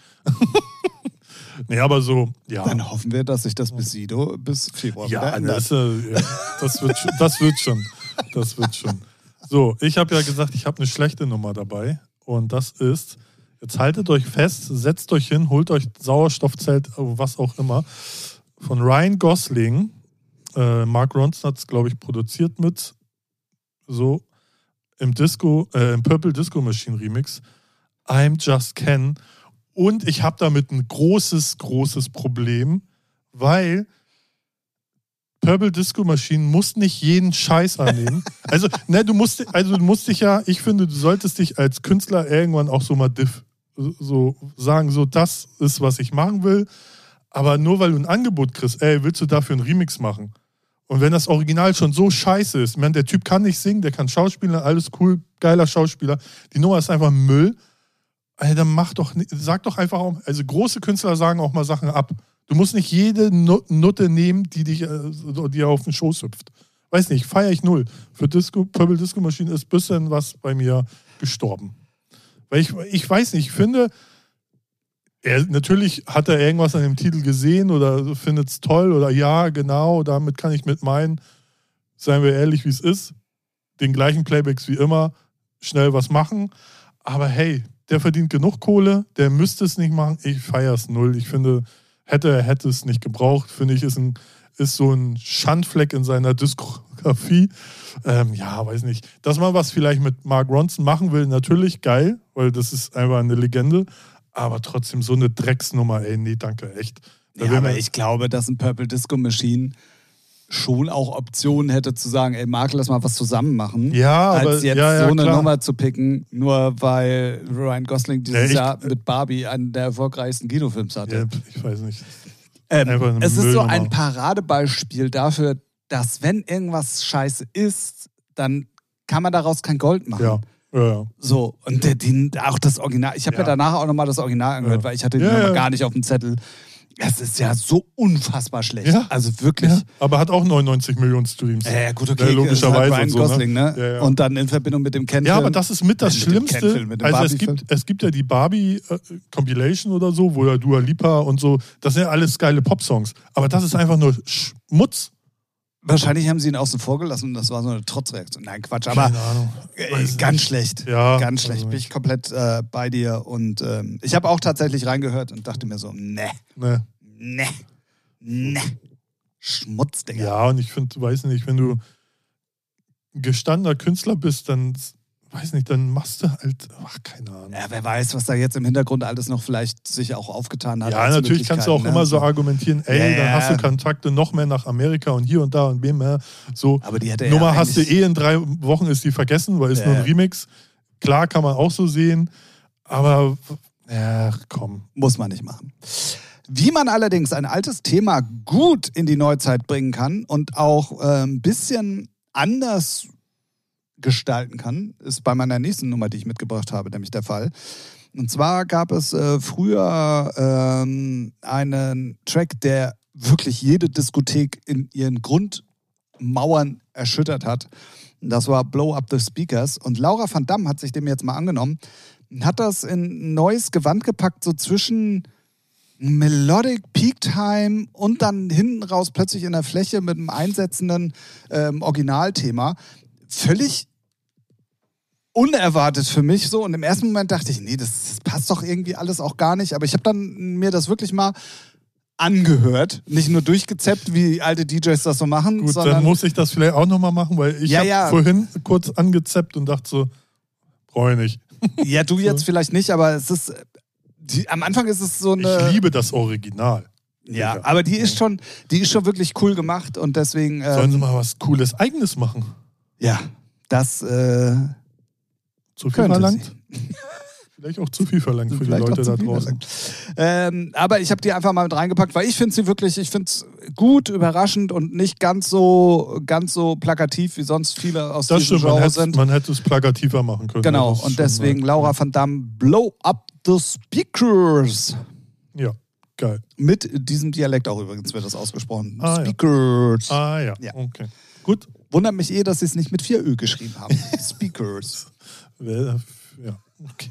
S2: Nee, aber so, ja.
S1: Dann hoffen wir, dass sich das bis Sido bis Februar
S2: ja,
S1: wieder ändert.
S2: Das, äh, ja, das, wird, das wird schon. Das wird schon. So, ich habe ja gesagt, ich habe eine schlechte Nummer dabei. Und das ist, jetzt haltet euch fest, setzt euch hin, holt euch Sauerstoffzelt, was auch immer, von Ryan Gosling. Äh, Mark Ronson hat es, glaube ich, produziert mit, so, im Disco, äh, im Purple Disco Machine Remix. I'm Just Ken. Und ich habe damit ein großes, großes Problem, weil Purple Disco Machine muss nicht jeden Scheiß annehmen. Also, ne, du musst, also du musst dich ja, ich finde, du solltest dich als Künstler irgendwann auch so mal diff, so sagen, so das ist, was ich machen will. Aber nur weil du ein Angebot kriegst, ey, willst du dafür einen Remix machen? Und wenn das Original schon so scheiße ist, man, der Typ kann nicht singen, der kann Schauspieler, alles cool, geiler Schauspieler, die Nummer ist einfach Müll. Alter, dann mach doch, sag doch einfach auch, also große Künstler sagen auch mal Sachen ab. Du musst nicht jede Nutte nehmen, die dich die dir auf den Schoß hüpft. Weiß nicht, feiere ich null. Für Disco, Purple Disco Machine ist ein bisschen was bei mir gestorben. Weil ich, ich weiß nicht, ich finde, er, natürlich hat er irgendwas an dem Titel gesehen oder findet es toll oder ja, genau, damit kann ich mit meinen, seien wir ehrlich, wie es ist, den gleichen Playbacks wie immer, schnell was machen. Aber hey, der verdient genug Kohle, der müsste es nicht machen. Ich feiere es null. Ich finde, hätte er hätte es nicht gebraucht, finde ich, ist, ein, ist so ein Schandfleck in seiner Diskografie. Ähm, ja, weiß nicht. Dass man was vielleicht mit Mark Ronson machen will, natürlich geil, weil das ist einfach eine Legende. Aber trotzdem so eine Drecksnummer, ey, nee, danke, echt. Da
S1: ja, aber ich glaube, dass ein Purple Disco Machine schon auch Optionen hätte zu sagen, ey Marc, lass mal was zusammen machen.
S2: Ja,
S1: als
S2: aber,
S1: jetzt
S2: ja, ja,
S1: so eine
S2: klar.
S1: Nummer zu picken, nur weil Ryan Gosling dieses
S2: Ja,
S1: Jahr mit Barbie einen der erfolgreichsten Kinofilms hatte.
S2: Ja, ich weiß nicht.
S1: Ähm,
S2: Einfach eine
S1: es ist so
S2: Müllnummer.
S1: ein Paradebeispiel dafür, dass wenn irgendwas scheiße ist, dann kann man daraus kein Gold machen.
S2: Ja, ja, ja.
S1: So, und der, die, auch das Original, ich habe
S2: Ja.
S1: mir danach auch nochmal das Original angehört,
S2: Ja.
S1: weil ich hatte die
S2: Ja,
S1: Nummer
S2: ja.
S1: gar nicht auf dem Zettel. Es ist ja so unfassbar schlecht.
S2: Ja.
S1: Also wirklich.
S2: Ja, aber hat auch neunundneunzig Millionen Streams.
S1: Ja, gut, okay,
S2: Ja, logischerweise
S1: ist halt Ryan
S2: und so,
S1: Gosling, ne?
S2: ne? Ja, ja.
S1: Und dann in Verbindung mit dem Ken-Film.
S2: Ja, aber das ist mit das
S1: Mit dem
S2: Schlimmste.
S1: Ken-Film, mit dem
S2: Also es
S1: Barbie-Film.
S2: gibt, es gibt ja die Barbie-Compilation oder so, wo ja Dua Lipa und so, das sind ja alles geile Popsongs. Aber das ist einfach nur Schmutz.
S1: Wahrscheinlich haben sie ihn außen vor gelassen und das war so eine Trotzreaktion. Nein, Quatsch, aber
S2: Keine Ahnung.
S1: äh,
S2: Weiß
S1: ganz
S2: nicht.
S1: schlecht.
S2: Ja,
S1: Ganz schlecht.
S2: also
S1: Bin ich komplett äh, bei dir. Und ähm, ich habe auch tatsächlich reingehört und dachte mir so, ne,
S2: Ne.
S1: ne, ne. Schmutz, Digga.
S2: Ja, und ich finde, weiß nicht, wenn du gestandener Künstler bist, dann, weiß nicht, dann machst du halt, ach, keine Ahnung.
S1: Ja, wer weiß, was da jetzt im Hintergrund alles noch vielleicht sich auch aufgetan hat.
S2: Ja,
S1: als
S2: natürlich kannst du auch
S1: Möglichkeiten,
S2: immer
S1: ne?
S2: so argumentieren, ey,
S1: Ja,
S2: dann
S1: ja.
S2: hast du Kontakte noch mehr nach Amerika und hier und da und wem mehr. So,
S1: Aber die hätte
S2: Nummer
S1: ja
S2: hast du
S1: eigentlich-
S2: eh in drei Wochen, ist die vergessen, weil ist
S1: Ja.
S2: nur ein Remix. Klar, kann man auch so sehen, aber ja, komm.
S1: Muss man nicht machen. Wie man allerdings ein altes Thema gut in die Neuzeit bringen kann und auch äh, ein bisschen anders gestalten kann, ist bei meiner nächsten Nummer, die ich mitgebracht habe, nämlich der Fall. Und zwar gab es äh, früher ähm, einen Track, der wirklich jede Diskothek in ihren Grundmauern erschüttert hat. Und das war Blow Up the Speakers. Und Laura van Damme hat sich dem jetzt mal angenommen und hat das in ein neues Gewand gepackt, so zwischen Melodic Peak Time und dann hinten raus plötzlich in der Fläche mit einem einsetzenden ähm, Originalthema. Völlig unerwartet für mich so. Und im ersten Moment dachte ich, nee, das, das passt doch irgendwie alles auch gar nicht. Aber ich habe dann mir das wirklich mal angehört. Nicht nur durchgezappt, wie alte D Js das so machen,
S2: Gut,
S1: sondern
S2: dann muss ich das vielleicht auch nochmal machen, weil ich
S1: Ja,
S2: habe
S1: ja.
S2: vorhin kurz angezappt und dachte so, brauche ich nicht.
S1: ja, du jetzt vielleicht nicht, aber es ist, die, am Anfang ist es so eine...
S2: Ich liebe das Original.
S1: Ja, aber die ist schon, die ist schon wirklich cool gemacht und deswegen... Ähm,
S2: Sollen sie mal was Cooles Eigenes machen?
S1: Ja, das äh,
S2: Zu viel
S1: könnte
S2: verlangt?
S1: sie.
S2: Vielleicht auch zu viel verlangt für die
S1: Vielleicht
S2: Leute
S1: auch zu
S2: da
S1: viel
S2: draußen.
S1: Ähm, aber ich habe die einfach mal mit reingepackt, weil ich finde sie wirklich, ich finde es gut, überraschend und nicht ganz so, ganz so plakativ, wie sonst viele aus
S2: Das
S1: diesem
S2: stimmt, man
S1: Genre
S2: hätte,
S1: sind.
S2: man hätte es plakativer machen können.
S1: Genau,
S2: Ja, das ist
S1: und
S2: schon
S1: deswegen
S2: mal-
S1: Laura van Damme, Blow Up the Speakers.
S2: Ja, geil.
S1: Mit diesem Dialekt auch übrigens wird das ausgesprochen.
S2: Ah, ja.
S1: Speakers.
S2: Ah ja,
S1: Ja.
S2: okay. Gut.
S1: Wundert mich eh, dass sie es nicht mit vier Ö geschrieben haben. Speakers.
S2: Wer- Ja, okay.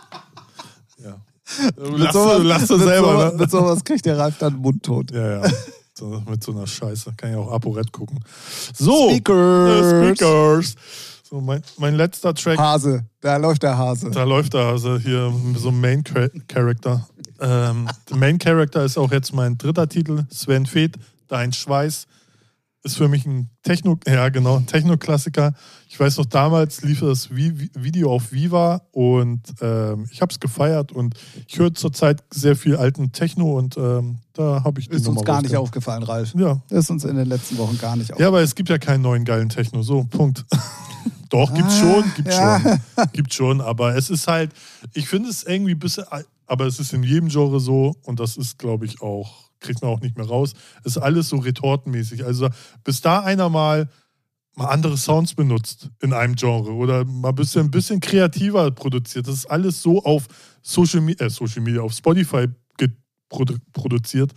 S2: Ja.
S1: Mit
S2: Lass,
S1: sowas-
S2: du, lass du
S1: mit
S2: selber.
S1: sowas-
S2: ne?
S1: Mit sowas kriegt der Ralf dann mundtot.
S2: Ja, ja. So, mit so einer Scheiße. Kann ich auch ApoRed gucken. So.
S1: Speakers.
S2: äh, Speakers. So, mein, mein letzter Track.
S1: Hase, da läuft der Hase.
S2: Da läuft er also hier so ein Main Char- Character. Ähm, der Main Character ist auch jetzt mein dritter Titel. Sven Feth, Dein Schweiß. Ist für mich ein Techno, ja genau, Techno-Klassiker. Ich weiß noch, damals lief das Vi- Video auf Viva und ähm, ich habe es gefeiert und ich höre zurzeit sehr viel alten Techno und ähm, da habe ich die
S1: Ist
S2: Nummer
S1: uns gar nicht
S2: rausgehauen.
S1: aufgefallen, Ralf.
S2: Ja.
S1: Ist uns in den letzten Wochen gar nicht
S2: Ja,
S1: aufgefallen.
S2: aber es gibt ja keinen neuen geilen Techno. So, Punkt. Doch, gibt's
S1: Ah,
S2: schon, gibt's
S1: ja.
S2: schon. Gibt schon, aber es ist halt, ich finde es irgendwie ein bisschen, aber es ist in jedem Genre so und das ist, glaube ich, auch, kriegt man auch nicht mehr raus. Es ist alles so retortenmäßig. Also, bis da einer mal, mal andere Sounds benutzt in einem Genre oder mal ein bisschen, ein bisschen kreativer produziert. Das ist alles so auf Social Media, äh, Social Media, auf Spotify geprodu- produziert.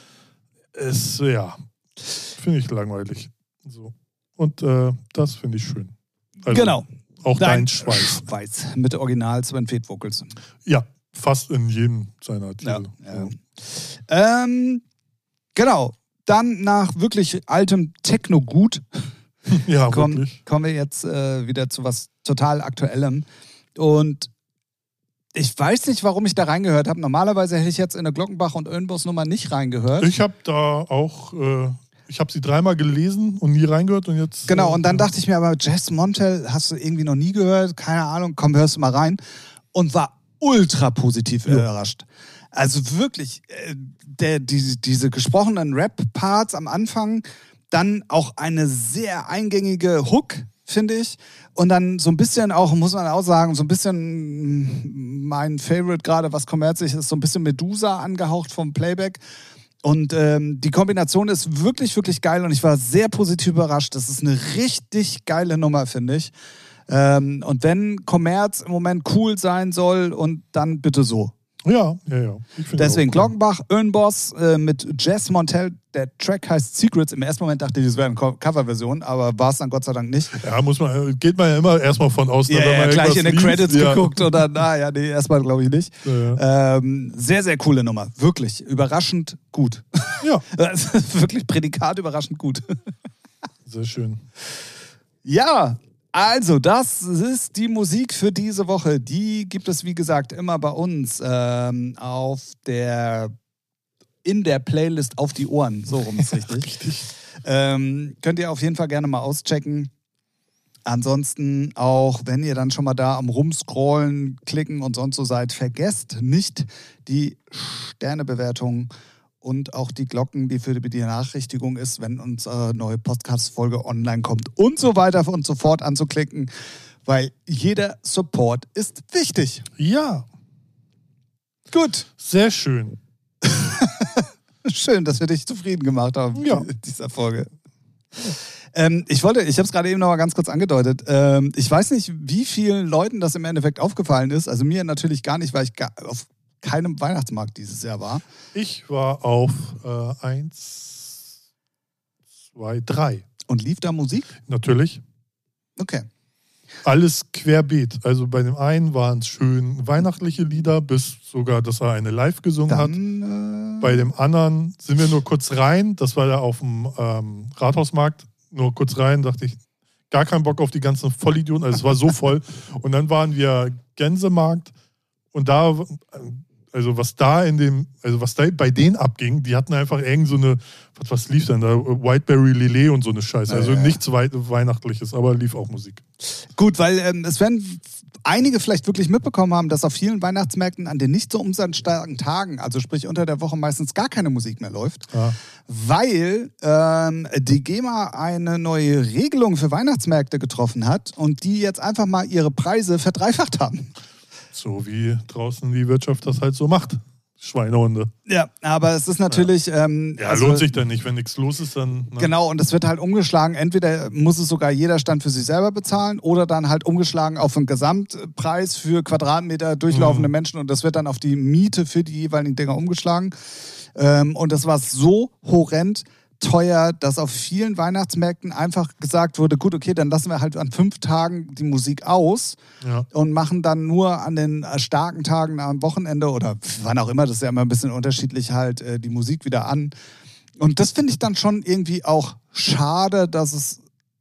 S2: Es, ja, finde ich langweilig. So. Und äh, das finde ich schön. Also,
S1: Genau.
S2: Auch
S1: Dein
S2: dein Schweiß.
S1: Schweiß. Mit Original Sven Feth Vocals.
S2: Ja, fast in jedem seiner
S1: Ja,
S2: Titel.
S1: ja.
S2: So.
S1: Ähm, genau. Dann nach wirklich altem Techno-Gut
S2: Ja,
S1: kommen,
S2: wirklich.
S1: kommen wir jetzt äh, wieder zu was total Aktuellem. Und Ich weiß nicht, warum ich da reingehört habe. Normalerweise hätte ich jetzt in der Glockenbach- und Öhnboss-Nummer nicht reingehört.
S2: Ich habe da auch, äh, ich habe sie dreimal gelesen und nie reingehört und jetzt...
S1: Genau, und dann
S2: äh,
S1: dachte ich mir aber, Jess Montel hast du irgendwie noch nie gehört, keine Ahnung, komm, hörst du mal rein. Und war ultra positiv
S2: Ja.
S1: überrascht. Also wirklich, äh, der, die, diese gesprochenen Rap-Parts am Anfang, dann auch eine sehr eingängige Hook, finde ich. Und dann so ein bisschen auch, muss man auch sagen, so ein bisschen mein Favorite gerade, was kommerzig ist, so ein bisschen Medusa angehaucht vom Playback. Und ähm, die Kombination ist wirklich, wirklich geil und ich war sehr positiv überrascht. Das ist eine richtig geile Nummer, finde ich. Ähm, und wenn Kommerz im Moment cool sein soll, und dann bitte so.
S2: Ja, ja, ja. Ich finde
S1: Deswegen
S2: auch cool.
S1: Glockenbach, Öhnboss äh, mit Jess Montel. Der Track heißt Secrets. Im ersten Moment dachte ich, das wäre eine Co- Coverversion, aber war es dann Gott sei Dank nicht.
S2: Ja, muss man, geht man ja immer erstmal von aus.
S1: Ja,
S2: wenn
S1: ja,
S2: man
S1: gleich
S2: irgendwas
S1: in den
S2: liest.
S1: Credits
S2: ja.
S1: geguckt und dann, ah ja, nee, erstmal glaube ich nicht.
S2: Ja, ja.
S1: Ähm, sehr, sehr coole Nummer. Wirklich. Überraschend gut.
S2: Ja,
S1: Das ist wirklich Prädikat überraschend gut.
S2: sehr schön.
S1: Ja, also das ist die Musik für diese Woche. Die gibt es, wie gesagt, immer bei uns ähm, auf der, in der Playlist auf die Ohren. So rum ist richtig.
S2: Richtig.
S1: Ähm, könnt ihr auf jeden Fall gerne mal auschecken. Ansonsten auch, wenn ihr dann schon mal da am Rumscrollen, klicken und sonst so seid, vergesst nicht die Sternebewertung und auch die Glocken, die für die Benachrichtigung ist, wenn unsere neue Podcast-Folge online kommt und so weiter und so fort anzuklicken, weil jeder Support ist wichtig.
S2: Ja,
S1: Gut,
S2: sehr schön.
S1: schön, dass wir dich zufrieden gemacht haben
S2: Ja.
S1: mit dieser Folge. Ähm, ich wollte, ich habe es gerade eben noch mal ganz kurz angedeutet. Ähm, ich weiß nicht, wie vielen Leuten das im Endeffekt aufgefallen ist. Also mir natürlich gar nicht, weil ich gar, auf keinem Weihnachtsmarkt dieses Jahr war.
S2: Ich war auf äh, eins, zwei, drei.
S1: Und lief da Musik?
S2: Natürlich.
S1: Okay.
S2: Alles querbeet. Also bei dem einen waren es schön weihnachtliche Lieder, bis sogar, dass er eine live gesungen hat.
S1: Dann, äh,
S2: Bei dem anderen sind wir nur kurz rein. Das war ja auf dem ähm, Rathausmarkt. Nur kurz rein, dachte ich, gar keinen Bock auf die ganzen Vollidioten. Also es war so voll. Und dann waren wir Gänsemarkt. Und da, also was da in dem, also was da bei denen abging, die hatten einfach irgend so eine, was, was lief denn da? Whiteberry Lillet und so eine Scheiße. Also
S1: Ja, ja.
S2: nichts Wei- Weihnachtliches, aber lief auch Musik.
S1: Gut, weil ähm, es werden einige vielleicht wirklich mitbekommen haben, dass auf vielen Weihnachtsmärkten an den nicht so umsatzstarken Tagen, also sprich unter der Woche, meistens gar keine Musik mehr läuft,
S2: Ja.
S1: weil ähm, die GEMA eine neue Regelung für Weihnachtsmärkte getroffen hat und die jetzt einfach mal ihre Preise verdreifacht haben.
S2: So wie draußen die Wirtschaft das halt so macht. Schweinehunde.
S1: Ja, aber es ist natürlich... Ähm,
S2: Ja,
S1: also,
S2: lohnt sich dann nicht. Wenn nichts los ist, dann... Ne?
S1: Genau, und es wird halt umgeschlagen. Entweder muss es sogar jeder Stand für sich selber bezahlen oder dann halt umgeschlagen auf einen Gesamtpreis für Quadratmeter durchlaufende
S2: Mhm.
S1: Menschen und das wird dann auf die Miete für die jeweiligen Dinger umgeschlagen. Ähm, und das war so horrend teuer, dass auf vielen Weihnachtsmärkten einfach gesagt wurde, gut, okay, dann lassen wir halt an fünf Tagen die Musik aus
S2: Ja.
S1: und machen dann nur an den äh, starken Tagen am Wochenende oder wann auch immer, das ist ja immer ein bisschen unterschiedlich halt, äh, die Musik wieder an. Und das finde ich dann schon irgendwie auch schade, dass es,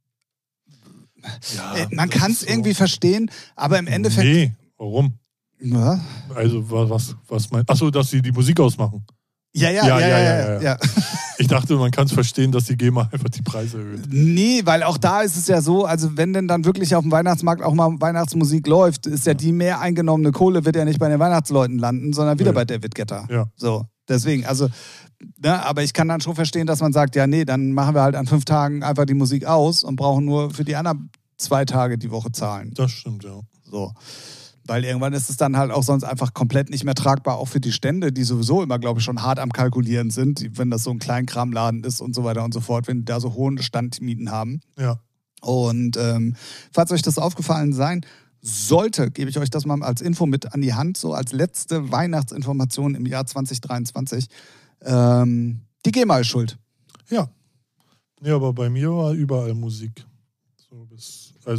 S2: Ja,
S1: äh, man
S2: das
S1: kann
S2: ist
S1: es
S2: so.
S1: irgendwie verstehen, aber im Endeffekt,
S2: Nee, warum?
S1: ja,
S2: Also wa- was, was meinst du? Achso, dass sie die Musik ausmachen.
S1: ja, ja, ja, ja, ja, ja, ja.
S2: Ich dachte, man kann es verstehen, dass die GEMA einfach die Preise erhöht.
S1: Nee, weil auch da ist es ja so, also wenn denn dann wirklich auf dem Weihnachtsmarkt auch mal Weihnachtsmusik läuft, ist ja die mehr eingenommene Kohle, wird ja nicht bei den Weihnachtsleuten landen, sondern wieder
S2: Nee.
S1: bei David Guetta.
S2: Ja.
S1: So, deswegen, also, ne, aber ich kann dann schon verstehen, dass man sagt, ja, nee, dann machen wir halt an fünf Tagen einfach die Musik aus und brauchen nur für die anderen zwei Tage die Woche zahlen.
S2: Das stimmt, ja.
S1: So. Weil irgendwann ist es dann halt auch sonst einfach komplett nicht mehr tragbar, auch für die Stände, die sowieso immer, glaube ich, schon hart am Kalkulieren sind, wenn das so ein Kleinkramladen ist und so weiter und so fort, wenn die da so hohen Standmieten haben.
S2: Ja.
S1: Und ähm, falls euch das aufgefallen sein sollte, gebe ich euch das mal als Info mit an die Hand, so als letzte Weihnachtsinformation im Jahr zwanzig dreiundzwanzig. Ähm, die GEMA ist schuld.
S2: Ja. Nee, aber bei mir war überall Musik. So bis, also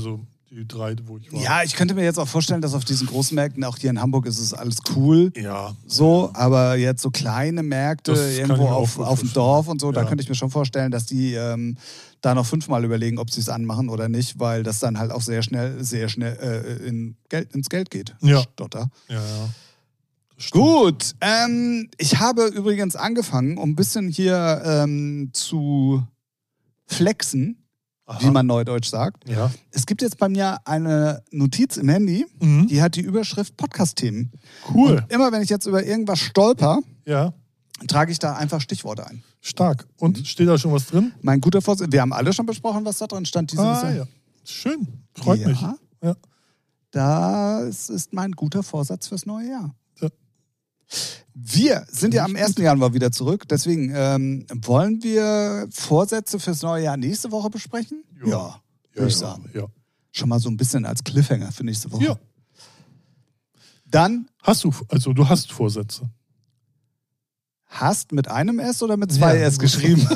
S2: die drei, wo ich war.
S1: Ja, ich könnte mir jetzt auch vorstellen, dass auf diesen großen Märkten, auch hier in Hamburg ist es alles cool.
S2: Ja.
S1: So, aber jetzt so kleine Märkte
S2: Das kann ich
S1: irgendwo
S2: mir auch
S1: auf,
S2: gut
S1: auf dem
S2: vorstellen.
S1: Dorf und so, da
S2: Ja.
S1: könnte ich mir schon vorstellen, dass die ähm, da noch fünfmal überlegen, ob sie es anmachen oder nicht, weil das dann halt auch sehr schnell, sehr schnell äh, in Geld, ins Geld geht.
S2: Ja.
S1: Stotter.
S2: Ja, ja. Das stimmt.
S1: Gut, ähm, ich habe übrigens angefangen, um ein bisschen hier ähm, zu flexen,
S2: Aha.
S1: wie man neudeutsch sagt.
S2: Ja.
S1: Es gibt jetzt bei mir eine Notiz im Handy,
S2: Mhm.
S1: die hat die Überschrift Podcast-Themen.
S2: Cool.
S1: Und immer wenn ich jetzt über irgendwas stolper,
S2: Ja.
S1: trage ich da einfach Stichworte ein.
S2: Stark. Und steht da schon was drin?
S1: Mein guter Vorsitz, wir haben alle schon besprochen, was da drin stand diese
S2: Ah,
S1: Woche.
S2: ja. Schön. Freut
S1: Ja.
S2: mich. Ja.
S1: Das ist mein guter Vorsatz fürs neue Jahr.
S2: Ja.
S1: Wir sind ja am
S2: Finde ich
S1: ersten Januar wieder zurück, deswegen ähm, wollen wir Vorsätze fürs neue Jahr nächste Woche besprechen?
S2: Ja.
S1: Ja, würde ich
S2: ja,
S1: sagen.
S2: Ja.
S1: Schon mal so ein bisschen als Cliffhanger für nächste Woche.
S2: Ja.
S1: Dann
S2: Hast du, also du hast Vorsätze.
S1: hast mit einem S oder mit zwei
S2: Ja.
S1: S geschrieben?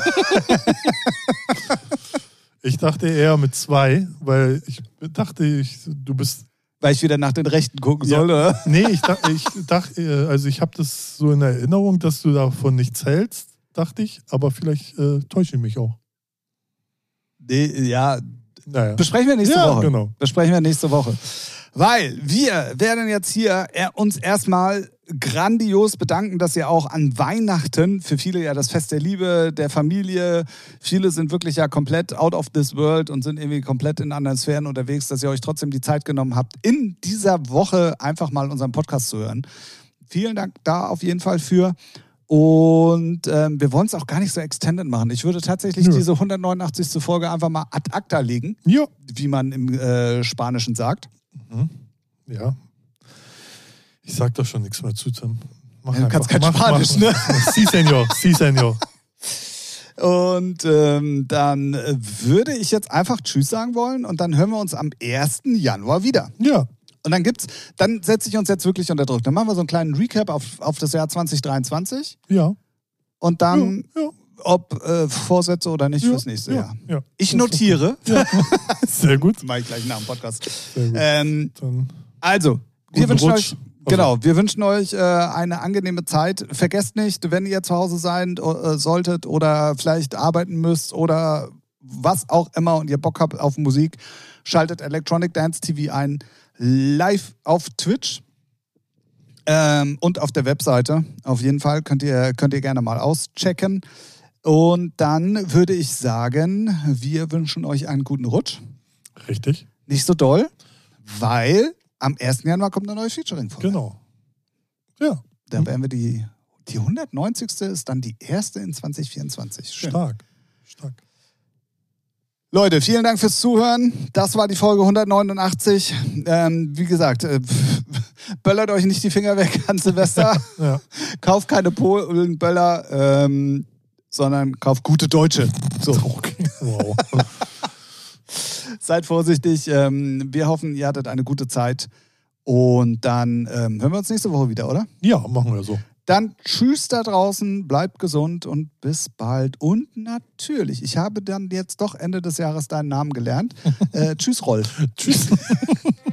S2: Ich dachte eher mit zwei, weil ich dachte, ich, du bist.
S1: Weil ich wieder nach den Rechten gucken
S2: Ja.
S1: soll, oder?
S2: Nee, ich dachte, ich dachte, also ich habe das so in Erinnerung, dass du davon nichts hältst, dachte ich, aber vielleicht äh, täusche ich mich auch.
S1: Nee, ja,
S2: Naja.
S1: besprechen wir nächste
S2: Ja,
S1: Woche.
S2: genau.
S1: Besprechen wir nächste Woche. Weil wir werden jetzt hier uns erstmal grandios bedanken, dass ihr auch an Weihnachten, für viele ja das Fest der Liebe, der Familie, viele sind wirklich ja komplett out of this world und sind irgendwie komplett in anderen Sphären unterwegs, dass ihr euch trotzdem die Zeit genommen habt, in dieser Woche einfach mal unseren Podcast zu hören. Vielen Dank da auf jeden Fall für. Und ähm, wir wollen es auch gar nicht so extended machen. Ich würde tatsächlich
S2: Nö.
S1: diese hundertneunundachtzigste Folge einfach mal ad acta legen,
S2: Ja.
S1: wie man im äh, Spanischen sagt.
S2: Mhm. Ja. Ich sag doch schon nichts mehr zu, Tim. Mach
S1: Ja, du kannst kein
S2: mach,
S1: Spanisch,
S2: mach,
S1: ne?
S2: Si, senor. Si, senor.
S1: Und ähm, dann äh, würde ich jetzt einfach Tschüss sagen wollen und dann hören wir uns am ersten Januar wieder.
S2: Ja.
S1: Und dann gibt's, dann setze ich uns jetzt wirklich unter Druck. Dann machen wir so einen kleinen Recap auf, auf das Jahr zwanzig dreiundzwanzig
S2: Ja.
S1: und dann,
S2: ja.
S1: ob äh, Vorsätze oder nicht
S2: Ja.
S1: fürs nächste
S2: ja.
S1: Jahr.
S2: Ja.
S1: Ich notiere.
S2: Ja. Sehr gut.
S1: Mache ich gleich nach dem Podcast.
S2: Sehr gut.
S1: Ähm,
S2: Dann
S1: Also, wir
S2: Guten
S1: wünschen
S2: Rutsch.
S1: euch, genau, wir wünschen euch äh, eine angenehme Zeit. Vergesst nicht, wenn ihr zu Hause sein äh, solltet oder vielleicht arbeiten müsst oder was auch immer und ihr Bock habt auf Musik, schaltet Electronic Dance T V ein, live auf Twitch ähm, und auf der Webseite. Auf jeden Fall könnt ihr, könnt ihr gerne mal auschecken. Und dann würde ich sagen, wir wünschen euch einen guten Rutsch.
S2: richtig.
S1: Nicht so doll, weil am ersten Januar kommt eine neue Featuring-Folge.
S2: Genau. Ja.
S1: Da werden wir die, die hundertneunzigste ist dann die erste in zwanzig vierundzwanzig. Schön.
S2: Stark. Stark.
S1: Leute, vielen Dank fürs Zuhören. Das war die Folge hundertneunundachtzig. Ähm, wie gesagt, äh, böllert euch nicht die Finger weg an Silvester.
S2: Ja.
S1: Kauft keine Polenböller, ähm, sondern kauft gute Deutsche. So.
S2: Okay. Wow.
S1: Seid vorsichtig. Ähm, wir hoffen, ihr hattet eine gute Zeit. Und dann ähm, hören wir uns nächste Woche wieder, oder?
S2: Ja, machen wir so.
S1: Dann tschüss da draußen, bleibt gesund und bis bald. Und natürlich, ich habe dann jetzt doch Ende des Jahres deinen Namen gelernt. Äh, tschüss, Rolf.
S2: Tschüss.